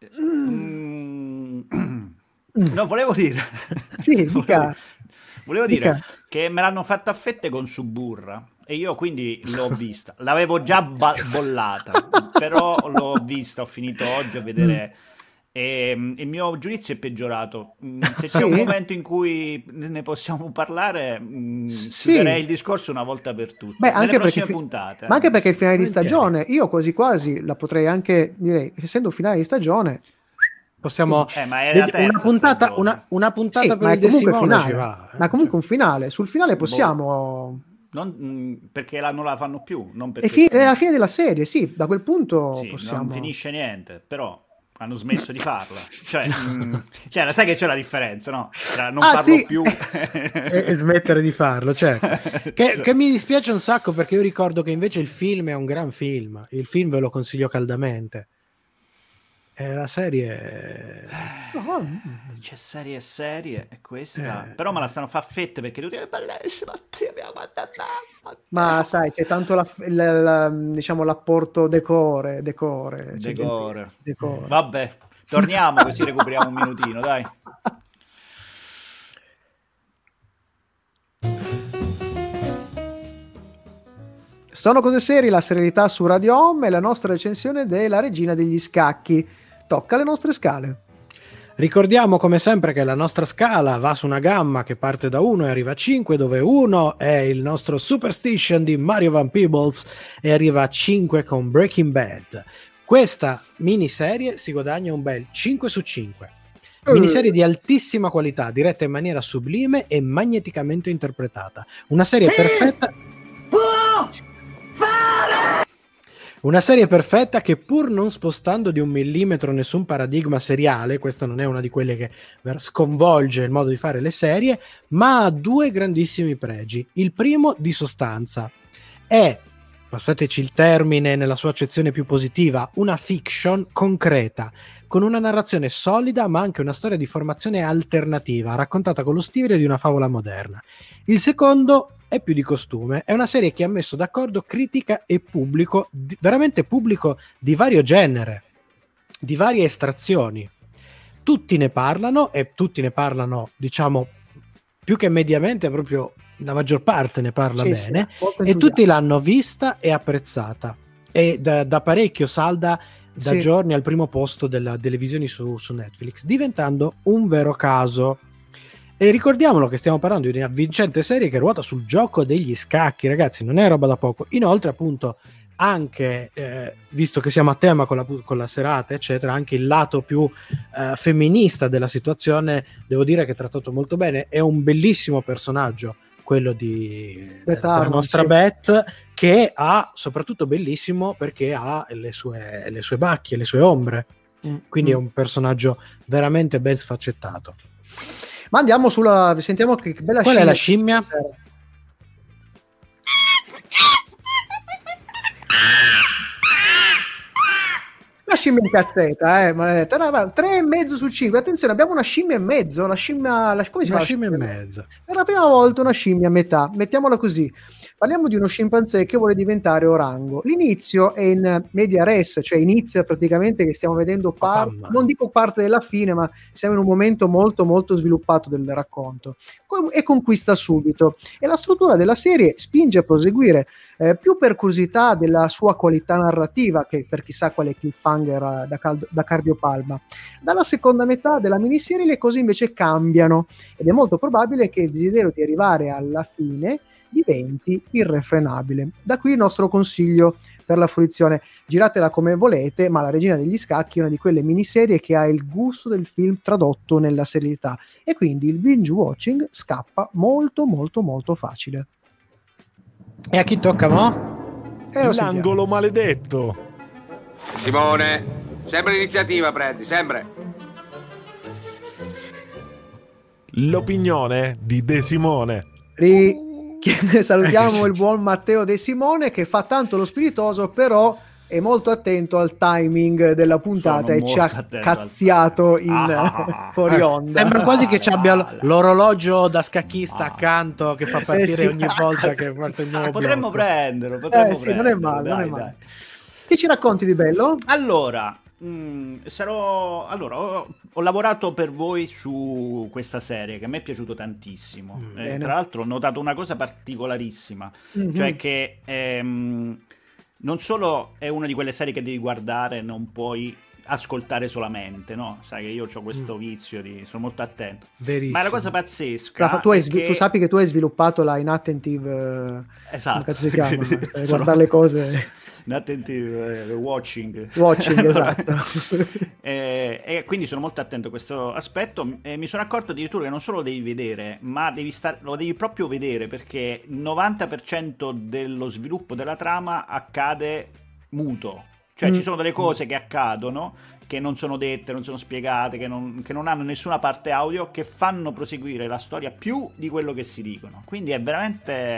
No, volevo dire. Volevo dire che me l'hanno fatta a fette con Suburra e io quindi l'ho vista. L'avevo già bollata, però l'ho vista, ho finito oggi a vedere e il mio giudizio è peggiorato. Se c'è un momento in cui ne possiamo parlare, chiuderei il discorso una volta per tutte. Beh, anche perché puntate. Ma anche perché il finale di stagione, io quasi quasi la potrei anche dire, essendo un finale di stagione, possiamo una puntata sì, per il decimone finale, ci va, ma comunque un finale, sul finale possiamo perché non la fanno più, non perché è la fine della serie, sì, da quel punto possiamo. Non finisce niente, però hanno smesso di farla, cioè sai che c'è la differenza, no? Tra non farlo più e smettere di farlo, cioè che mi dispiace un sacco, perché io ricordo che invece il film è un gran film, il film ve lo consiglio caldamente. La serie c'è serie e serie e questa però me la stanno fa fette perché tutti è bellissima, ma sai c'è tanto diciamo l'apporto decore. Vabbè, torniamo così recuperiamo un minutino, dai. Sono cose serie, la serialità su Radio Home e la nostra recensione della Regina degli Scacchi. Tocca le nostre scale. Ricordiamo come sempre che la nostra scala va su una gamma che parte da 1 e arriva a 5, dove 1 è il nostro Superstition di Mario Van Peebles e arriva a 5 con Breaking Bad. Questa miniserie si guadagna un bel 5 su 5. Miniserie di altissima qualità, diretta in maniera sublime e magneticamente interpretata. Una serie perfetta. Una serie perfetta che, pur non spostando di un millimetro nessun paradigma seriale, questa non è una di quelle che sconvolge il modo di fare le serie, ma ha due grandissimi pregi. Il primo di sostanza è, passateci il termine nella sua accezione più positiva, una fiction concreta, con una narrazione solida ma anche una storia di formazione alternativa, raccontata con lo stile di una favola moderna. Il secondo è più di costume, è una serie che ha messo d'accordo critica e pubblico, veramente pubblico di vario genere, di varie estrazioni. Tutti ne parlano e tutti ne parlano, diciamo, più che mediamente, proprio la maggior parte ne parla bene, e tutti l'hanno vista e apprezzata, e da parecchio salda da giorni al primo posto delle visioni su Netflix, diventando un vero caso. E ricordiamolo che stiamo parlando di una vincente serie che ruota sul gioco degli scacchi, ragazzi, non è roba da poco. Inoltre, appunto, anche visto che siamo a tema con la serata, eccetera, anche il lato più femminista della situazione, devo dire che è trattato molto bene. È un bellissimo personaggio quello della nostra Beth, che ha soprattutto bellissimo perché ha le sue macchie, le sue ombre. Quindi è un personaggio veramente ben sfaccettato. Ma andiamo sentiamo che bella Qual scimmia. È la scimmia? La scimmia in cazzetta, maledetta. 3,5 su 5. Attenzione, abbiamo una scimmia e mezzo. Come si fa? Una scimmia e mezzo. Per la prima volta una scimmia a metà. Mettiamola così. Parliamo di uno scimpanzé che vuole diventare orango. L'inizio è in media res, cioè inizia praticamente che stiamo vedendo non dico parte della fine, ma siamo in un momento molto molto sviluppato del racconto e conquista subito. E la struttura della serie spinge a proseguire più per curiosità della sua qualità narrativa che per chissà quale cliffhanger da cardiopalma. Dalla seconda metà della miniserie le cose invece cambiano ed è molto probabile che il desiderio di arrivare alla fine diventi irrefrenabile. Da qui il nostro consiglio per la fruizione: giratela come volete, ma La Regina degli Scacchi è una di quelle miniserie che ha il gusto del film tradotto nella serialità e quindi il binge watching scappa molto molto molto facile. E a chi tocca, mo? L'angolo maledetto. Simone, sempre l'iniziativa prendi, sempre. L'opinione di De Simone. Salutiamo il buon Matteo De Simone che fa tanto lo spiritoso, però è molto attento al timing della puntata e ci ha cazziato fuori onda. Sembra quasi che ci abbia l'orologio da scacchista accanto che fa partire ogni volta che parte il nuovo potremmo blocco. prenderlo, non è male, non è male. Che ci racconti di bello? Allora, ho lavorato per voi su questa serie che a me è piaciuto tantissimo. Tra l'altro ho notato una cosa particolarissima, cioè che non solo è una di quelle serie che devi guardare, non puoi ascoltare solamente, no? Sai che io ho questo vizio sono molto attento. Verissimo. Ma è una cosa pazzesca. Tu sappi che tu hai sviluppato la inattentive, esatto. come cazzo si chiama? Guardare le cose. Inattentive watching, esatto. E quindi sono molto attento a questo aspetto e mi sono accorto addirittura che non solo lo devi vedere, ma lo devi proprio vedere, perché il 90% dello sviluppo della trama accade muto, cioè ci sono delle cose che accadono che non sono dette, non sono spiegate, che non hanno nessuna parte audio, che fanno proseguire la storia più di quello che si dicono. Quindi è veramente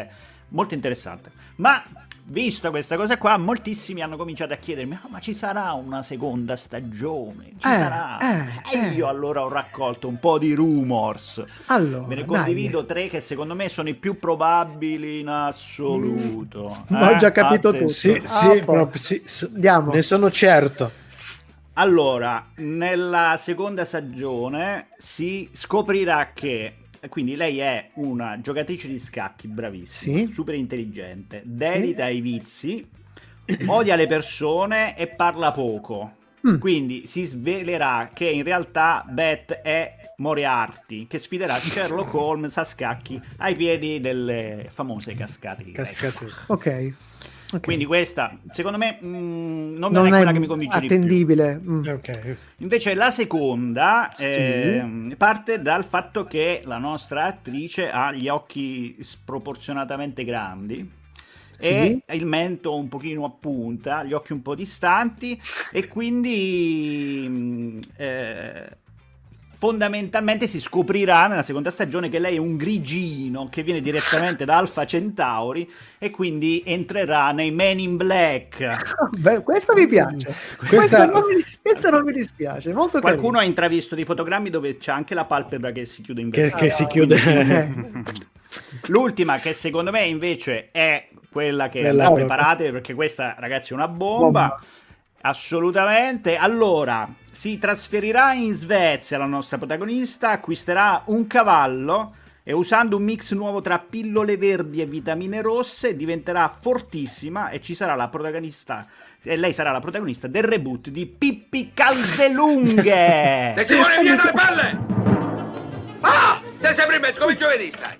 molto interessante. Ma vista questa cosa qua, moltissimi hanno cominciato a chiedermi: ma ci sarà una seconda stagione? Ci sarà? E io allora ho raccolto un po' di rumors. Allora, ve ne condivido 3 che secondo me sono i più probabili in assoluto. Ho già capito tutto. Sì, andiamo. Ne sono certo. Allora, nella seconda stagione si scoprirà che, quindi lei è una giocatrice di scacchi bravissima, super intelligente, dedita ai vizi, odia le persone e parla poco. Quindi si svelerà che in realtà Beth è Moriarty, che sfiderà Sherlock Holmes a scacchi ai piedi delle famose cascate di Gregg. Ok. Quindi questa, secondo me, non è quella che mi convince attendibile. di più. Invece la seconda parte dal fatto che la nostra attrice ha gli occhi sproporzionatamente grandi e il mento un pochino a punta, gli occhi un po' distanti, e quindi fondamentalmente si scoprirà nella seconda stagione che lei è un grigino che viene direttamente da Alpha Centauri e quindi entrerà nei Men in Black. Beh, questo mi piace. Questa non mi dispiace. Molto Qualcuno ha intravisto dei fotogrammi dove c'è anche la palpebra che si chiude in che si chiude. L'ultima, che secondo me invece è quella che preparate, perché questa, ragazzi, è una bomba. Assolutamente. Allora, si trasferirà in Svezia la nostra protagonista, acquisterà un cavallo e usando un mix nuovo tra pillole verdi e vitamine rosse diventerà fortissima e ci sarà la protagonista, e lei sarà la protagonista del reboot di Pippi Calzelunghe. Te Simone, via dalle palle! Ah! Sei sempre in mezzo, come giovedì stai?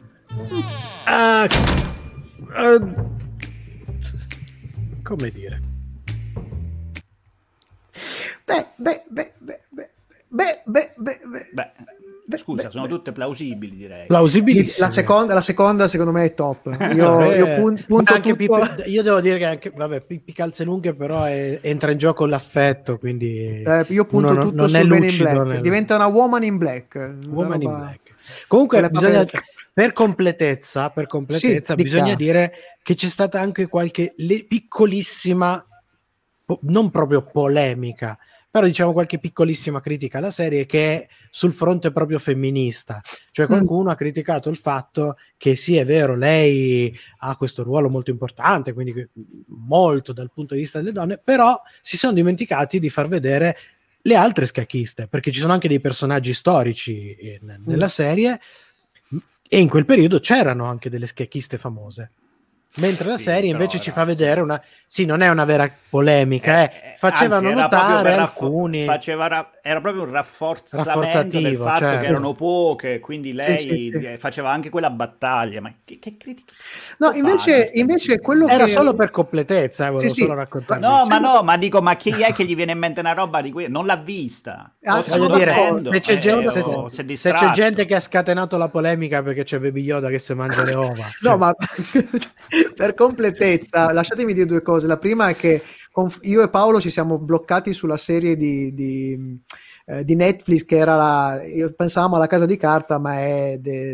Come dire? Scusa, sono tutte plausibili, direi. Plausibilissime. La seconda secondo me è top. Io punto anche tutto... io devo dire che anche Pippi Calzelunghe però entra in gioco l'affetto, quindi io punto tutto sul Men in Black. Diventa una Woman in Black. Woman in Black. Comunque bisogna, per completezza bisogna dire che c'è stata anche qualche piccolissima, non proprio polemica, però diciamo qualche piccolissima critica alla serie che è sul fronte proprio femminista. Cioè qualcuno ha criticato il fatto che sì, è vero, lei ha questo ruolo molto importante, quindi molto dal punto di vista delle donne, però si sono dimenticati di far vedere le altre scacchiste, perché ci sono anche dei personaggi storici nella serie e in quel periodo c'erano anche delle scacchiste famose. Mentre la serie invece ci fa vedere non è una vera polemica, facevano notare alcuni. Era proprio un rafforzamento del fatto che erano poche, quindi lei faceva anche quella battaglia. Ma che critica? No, invece quello era che... solo per completezza, volevo solo raccontare. Ma dico, ma chi è che gli viene in mente una roba di non l'ha vista? Voglio dire, se c'è gente che ha scatenato la polemica perché c'è Baby Yoda che si mangia le ova. No, ma per completezza, lasciatemi dire due cose. La prima è che io e Paolo ci siamo bloccati sulla serie di Netflix che era pensavamo alla Casa di Carta, ma è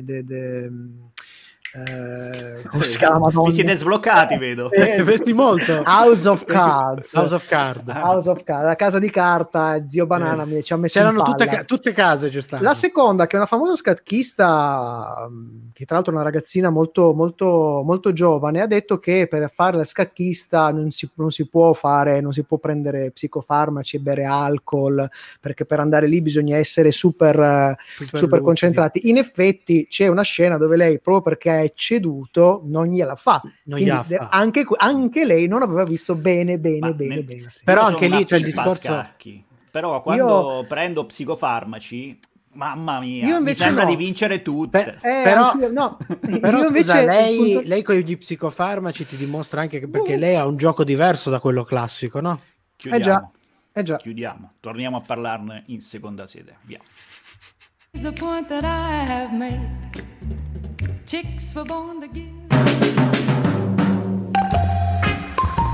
come si chiama? Vi siete sbloccati, vedo. Vesti molto. House of Cards, la Casa di Carta. Zio Banana ci ha messo c'erano tutte case, c'è stato. La seconda, che è una famosa scacchista che tra l'altro è una ragazzina molto molto molto giovane, ha detto che per fare la scacchista non si può prendere psicofarmaci e bere alcol, perché per andare lì bisogna essere super concentrati. In effetti c'è una scena dove lei, proprio perché è ceduto, non gliela fa. Anche lei non aveva visto bene. Però anche lì c'è il discorso. Però quando prendo psicofarmaci, mamma mia, mi sembra di vincere tutte. Però invece lei con gli psicofarmaci ti dimostra anche che perché lei ha un gioco diverso da quello classico, no? Chiudiamo. Già. Chiudiamo. Torniamo a parlarne in seconda sede. Via. The point that I have made. Chicks were born to give.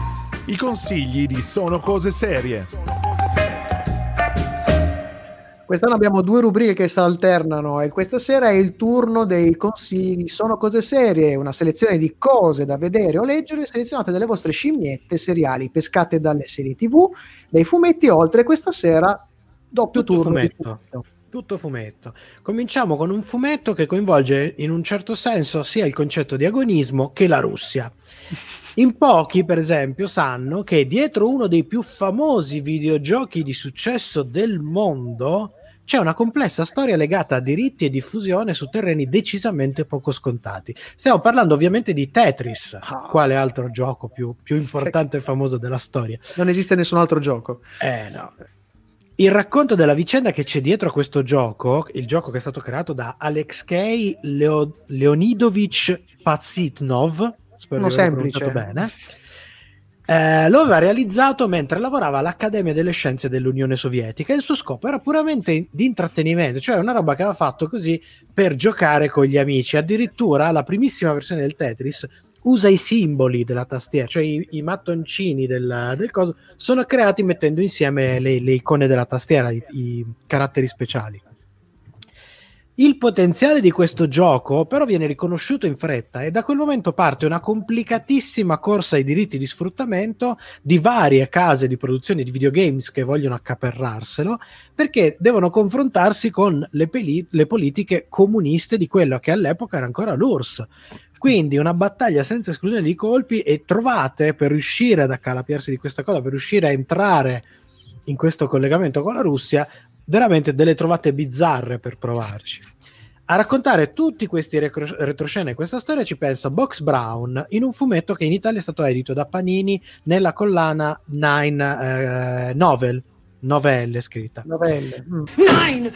I consigli di Sono Cose Serie. Quest'anno abbiamo 2 rubriche che si alternano e questa sera è il turno dei consigli. Sono cose serie, una selezione di cose da vedere o leggere selezionate dalle vostre scimmiette seriali, pescate dalle serie TV, dai fumetti, oltre questa sera doppio Tutto turno fumetto. di fumetto. Tutto fumetto. Cominciamo con un fumetto che coinvolge in un certo senso sia il concetto di agonismo che la Russia. In pochi, per esempio, sanno che dietro uno dei più famosi videogiochi di successo del mondo c'è una complessa storia legata a diritti e diffusione su terreni decisamente poco scontati. Stiamo parlando ovviamente di Tetris, quale altro gioco più importante e famoso della storia. Non esiste nessun altro gioco. No. Il racconto della vicenda che c'è dietro a questo gioco, il gioco che è stato creato da Alexei Leonidovich Pazitnov, spero di aver pronunciato bene, lo aveva realizzato mentre lavorava all'Accademia delle Scienze dell'Unione Sovietica e il suo scopo era puramente di intrattenimento, cioè una roba che aveva fatto così per giocare con gli amici. Addirittura la primissima versione del Tetris usa i simboli della tastiera, cioè i mattoncini del coso sono creati mettendo insieme le icone della tastiera, i caratteri speciali. Il potenziale di questo gioco però viene riconosciuto in fretta e da quel momento parte una complicatissima corsa ai diritti di sfruttamento di varie case di produzione di videogames che vogliono accaparrarselo, perché devono confrontarsi con le politiche comuniste di quello che all'epoca era ancora l'URSS. Quindi una battaglia senza esclusione di colpi, e trovate, per riuscire ad accalapiarsi di questa cosa, per riuscire a entrare in questo collegamento con la Russia, veramente delle trovate bizzarre per provarci. A raccontare tutti questi retroscena e questa storia ci pensa Box Brown in un fumetto che in Italia è stato edito da Panini nella collana Nine novelle scritta. Novelle. Nine!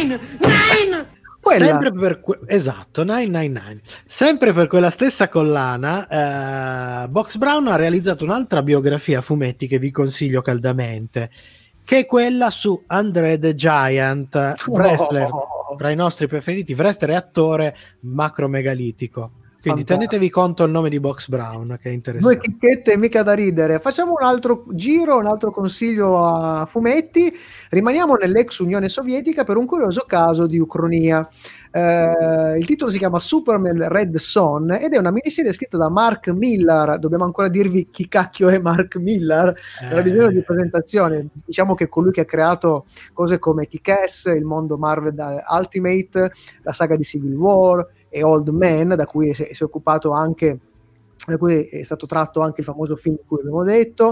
Sempre per esatto, 999. Sempre per quella stessa collana, Box Brown ha realizzato un'altra biografia a fumetti che vi consiglio caldamente, che è quella su Andre the Giant, wrestler, tra i nostri preferiti, wrestler e attore macromegalitico. Quindi tenetevi conto il nome di Box Brown, che è interessante. 2 chicchette mica da ridere. Facciamo un altro giro, un altro consiglio a fumetti. Rimaniamo nell'ex Unione Sovietica per un curioso caso di Ucronia. Il titolo si chiama Superman Red Son ed è una miniserie scritta da Mark Millar. Dobbiamo ancora dirvi chi cacchio è Mark Millar? Era bisogno di presentazione. Diciamo che colui che ha creato cose come Kick-Ass, il mondo Marvel Ultimate, la saga di Civil War e Old Man, da cui si è occupato anche, da cui è stato tratto anche il famoso film di cui abbiamo detto,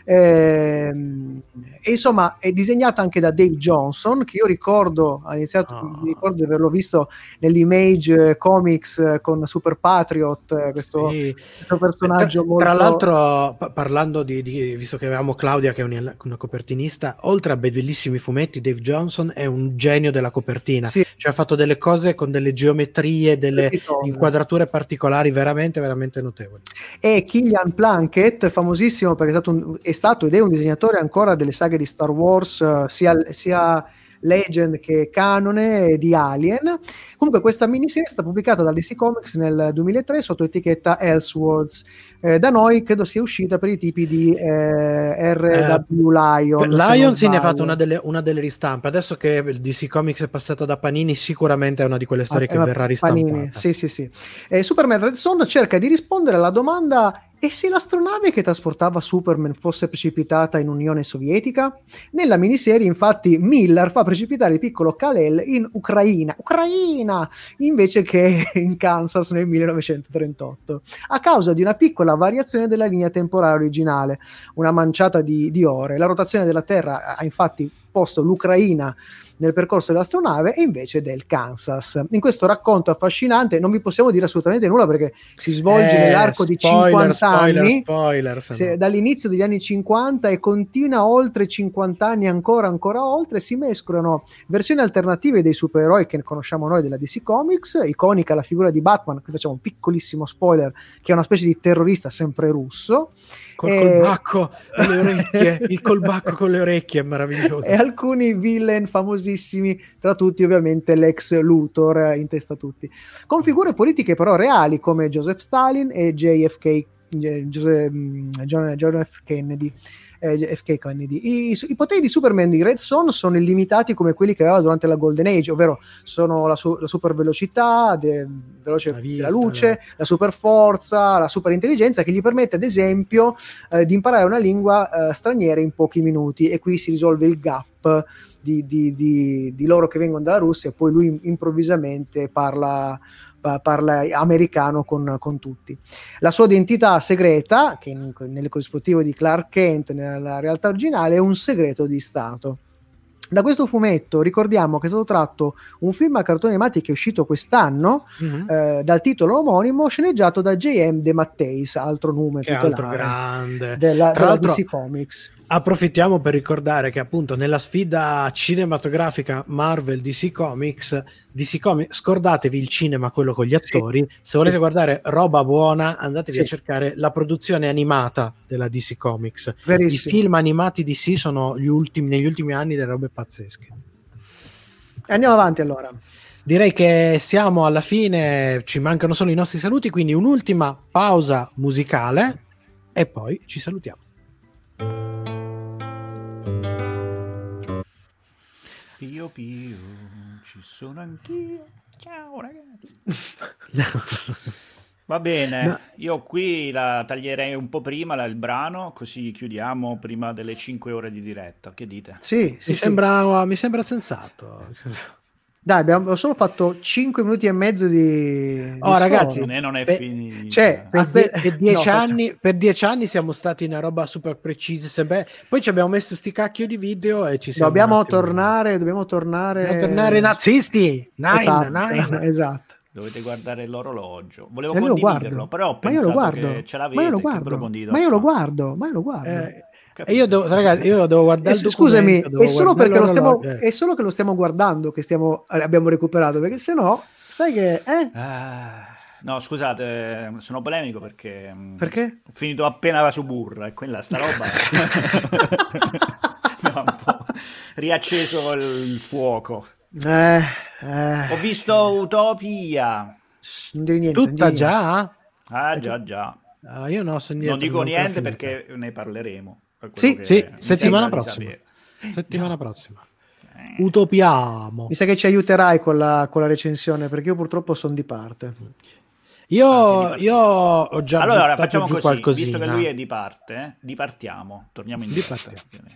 e insomma è disegnata anche da Dave Johnson, che io ricordo ricordo di averlo visto nell'Image Comics con Super Patriot, questo personaggio molto... Tra l'altro, parlando di visto che avevamo Claudia che è una copertinista, oltre a bellissimi fumetti, Dave Johnson è un genio della copertina, cioè ha fatto delle cose con delle geometrie, delle inquadrature particolari veramente notevoli. E Killian Plunkett, famosissimo perché è stato ed è un disegnatore ancora delle saghe di Star Wars, sia Legend che canone, e di Alien. Comunque questa miniserie è stata pubblicata da DC Comics nel 2003 sotto etichetta Elseworlds. Da noi credo sia uscita per i tipi di RW Lion. Lion ne ha fatto una delle ristampe. Adesso che DC Comics è passata da Panini, sicuramente è una di quelle storie che verrà ristampata. Panini, sì. Superman Red Son cerca di rispondere alla domanda: e se l'astronave che trasportava Superman fosse precipitata in Unione Sovietica? Nella miniserie, infatti, Millar fa precipitare il piccolo Kal-El in Ucraina, invece che in Kansas nel 1938, a causa di una piccola variazione della linea temporale originale, una manciata di ore. La rotazione della Terra ha infatti posto l'Ucraina nel percorso dell'astronave e invece del Kansas. In questo racconto affascinante non vi possiamo dire assolutamente nulla perché si svolge nell'arco di 50 anni, dall'inizio degli anni 50 e continua oltre 50 anni, ancora oltre. Si mescolano versioni alternative dei supereroi che conosciamo noi della DC Comics, iconica la figura di Batman, qui facciamo un piccolissimo spoiler, che è una specie di terrorista sempre russo, col colbacco alle orecchie, il colbacco con le orecchie è meraviglioso, e alcuni villain famosissimi, tra tutti ovviamente l'ex Luthor in testa a tutti, con figure politiche però reali come Joseph Stalin e John F. Kennedy. FK Kennedy. I poteri di Superman di Red Son sono illimitati come quelli che aveva durante la Golden Age, ovvero sono la super velocità, veloce della luce, la super forza, la super intelligenza, che gli permette ad esempio di imparare una lingua straniera in pochi minuti, e qui si risolve il gap di loro che vengono dalla Russia, e poi lui improvvisamente parla americano con tutti. La sua identità segreta, che nel corrispettivo di Clark Kent nella realtà originale, è un segreto di Stato. Da questo fumetto ricordiamo che è stato tratto un film a cartoni animati che è uscito quest'anno, dal titolo omonimo, sceneggiato da J.M. De Matteis, altro nome che altro grande della DC Comics. Approfittiamo per ricordare che appunto nella sfida cinematografica Marvel DC Comics, scordatevi il cinema, quello con gli attori, se volete guardare roba buona andatevi a cercare la produzione animata della DC Comics. Verissimo. I film animati DC sono negli ultimi anni delle robe pazzesche. Andiamo avanti allora. Direi che siamo alla fine, ci mancano solo i nostri saluti, quindi un'ultima pausa musicale e poi ci salutiamo. Pio Pio, ci sono anch'io. Ciao ragazzi. Va bene, io qui la taglierei un po' prima il brano, così chiudiamo prima delle 5 ore di diretta. Che dite? Sì, mi sembra sensato. Dai, abbiamo solo fatto 5 minuti e mezzo di ragazzi, non è finito. Cioè, per 10 anni siamo stati una roba super precisa. Poi ci abbiamo messo sti cacchio di video e ci siamo dobbiamo tornare nazisti. Esatto. Dovete guardare l'orologio. Volevo condividerlo, però ho pensato che ce l'avete. Ma io lo guardo. E io devo guardare il scusami, è solo che lo stiamo guardando che abbiamo recuperato, perché sennò sai che no, scusate, sono polemico perché ho finito appena su Burra e quella sta roba mi ha un po' riacceso il fuoco. Ho visto Utopia. Non dire niente. Tutta già? Già. Io non dico niente perché ne parleremo. Sì, settimana prossima. Utopiamo. Mi sa che ci aiuterai con la recensione, perché io purtroppo sono di parte. Io ho già allora facciamo così, qualcosina. Visto che lui è di parte, dipartiamo, torniamo in diretta.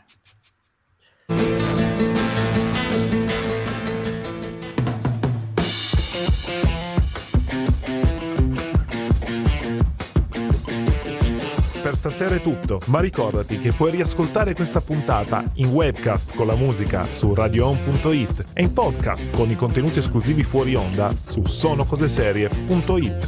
Per stasera è tutto, ma ricordati che puoi riascoltare questa puntata in webcast con la musica su radioon.it e in podcast con i contenuti esclusivi fuori onda su sonocoseserie.it.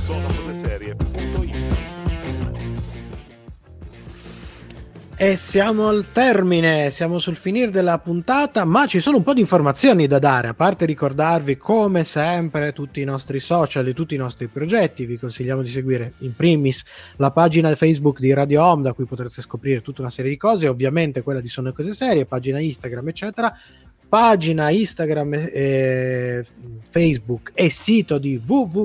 E siamo al termine, siamo sul finire della puntata, ma ci sono un po' di informazioni da dare, a parte ricordarvi come sempre tutti i nostri social e tutti i nostri progetti. Vi consigliamo di seguire in primis la pagina Facebook di Radio Home, da cui potrete scoprire tutta una serie di cose, ovviamente quella di Sono Cose Serie, pagina Instagram eccetera, pagina Instagram, Facebook e sito di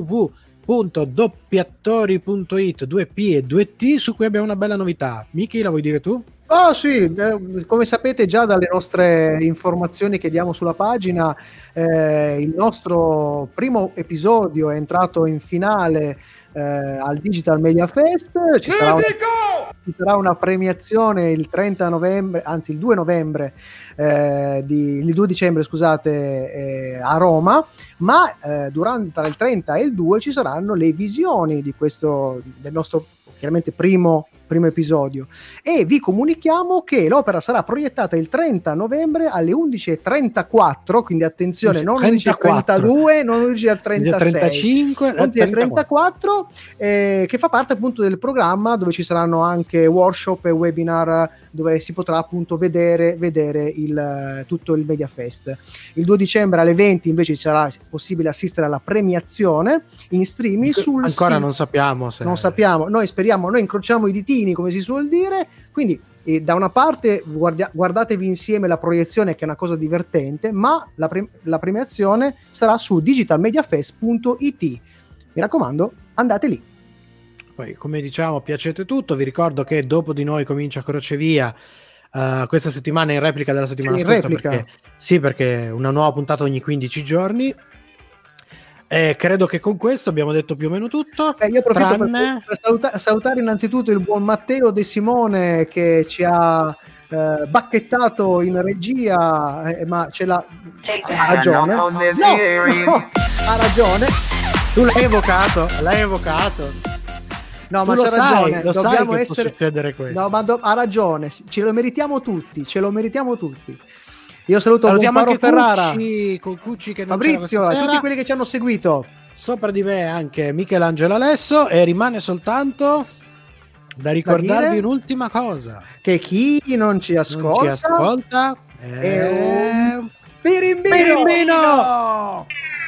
www.doppiatori.it, 2P e 2T, su cui abbiamo una bella novità. Miki, la vuoi dire tu? Oh sì, come sapete già dalle nostre informazioni che diamo sulla pagina, il nostro primo episodio è entrato in finale al Digital Media Fest. Ci sarà una premiazione il 30 novembre, anzi il 2 novembre, il 2 dicembre scusate, a Roma, ma durante il 30 e il 2 ci saranno le visioni del nostro chiaramente primo episodio, e vi comunichiamo che l'opera sarà proiettata il 30 novembre alle 11:34, quindi attenzione, non 11:32, non 11:36, 11:34, che fa parte appunto del programma, dove ci saranno anche workshop e webinar, dove si potrà appunto vedere tutto il Media Fest. Il 2 dicembre alle 20 invece sarà possibile assistere alla premiazione in streaming sul ancora sito. Non sappiamo, noi speriamo, noi incrociamo i ditini, come si suol dire, quindi da una parte guardatevi insieme la proiezione, che è una cosa divertente, ma la premiazione sarà su digitalmediafest.it. Mi raccomando, andate lì. Poi, come diciamo, piacete tutto. Vi ricordo che dopo di noi comincia Crocevia, questa settimana in replica della settimana scorsa, perché una nuova puntata ogni 15 giorni. Credo che con questo abbiamo detto più o meno tutto. Io approfitto per salutare innanzitutto il buon Matteo De Simone che ci ha bacchettato in regia, ma ha ragione. No, ha ragione. Tu l'hai evocato. No, ma c'ha ragione. Dobbiamo essere. Può succedere questo. No, ma ha ragione. Ce lo meritiamo tutti. Io saluto Buonparo Ferrara, Cucci che non Fabrizio e tutti quelli che ci hanno seguito. Sopra di me anche Michelangelo Alesso, e rimane soltanto da ricordarvi un'ultima cosa: che chi non ci ascolta è un birimbino!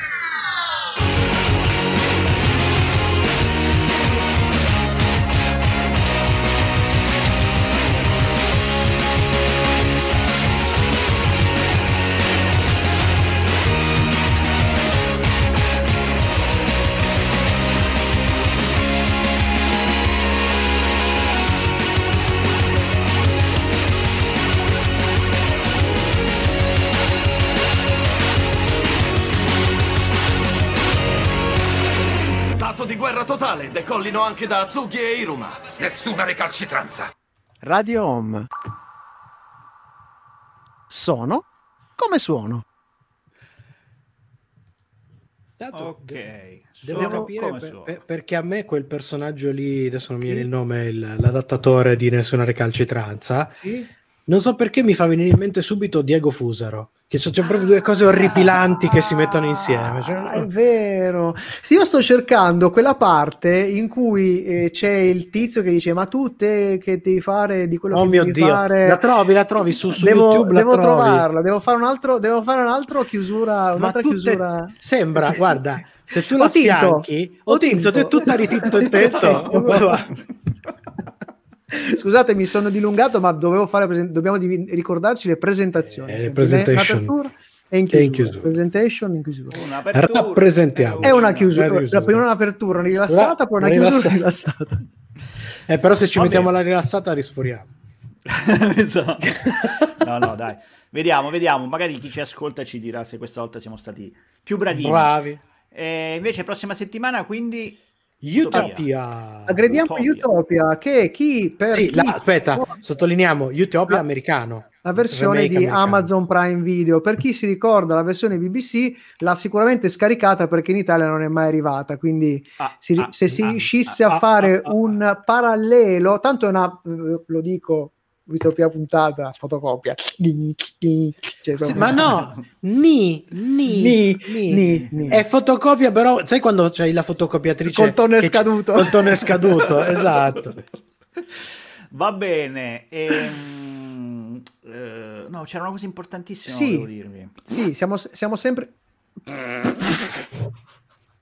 Di guerra totale, decollino anche da Azugi e Iruma. Nessuna recalcitranza. Radio Home. Sono come suono. Ok. Devo capire perché a me quel personaggio lì, adesso non mi viene il nome, l'adattatore di Nessuna recalcitranza, non so perché mi fa venire in mente subito Diego Fusaro, che sono proprio due cose orripilanti che si mettono insieme. È vero. Sì, io sto cercando quella parte in cui c'è il tizio che dice: ma tu te che devi fare di quello che devi fare? La trovi su YouTube? Devo trovarla, devo fare un'altra chiusura. Chiusura. Sembra, guarda, se tu la fianchi, ho tinto, è tutta ritinto e tetto. Scusate, mi sono dilungato, ma dobbiamo ricordarci le presentazioni. Presentation e in chiusura. Presentation in chiusura. Rappresentiamo. È una chiusura. Prima un'apertura rilassata, poi una chiusura rilassata. Però se ci mettiamo la rilassata risforiamo. Esatto. No, dai. Vediamo. Magari chi ci ascolta ci dirà se questa volta siamo stati più bravi. Invece prossima settimana, quindi... Utopia. Aggrediamo Utopia, che sottolineiamo Utopia americano, la versione di americano. Amazon Prime Video. Per chi si ricorda, la versione BBC l'ha sicuramente scaricata perché in Italia non è mai arrivata, quindi se si riuscisse a fare un parallelo, tanto è una, lo dico, Utopia puntata, fotocopia. Ma no, è fotocopia, però sai quando c'hai la fotocopiatrice col toner scaduto, esatto. Va bene. No, c'era una cosa importantissima, volevo dirvi. Sì, siamo sempre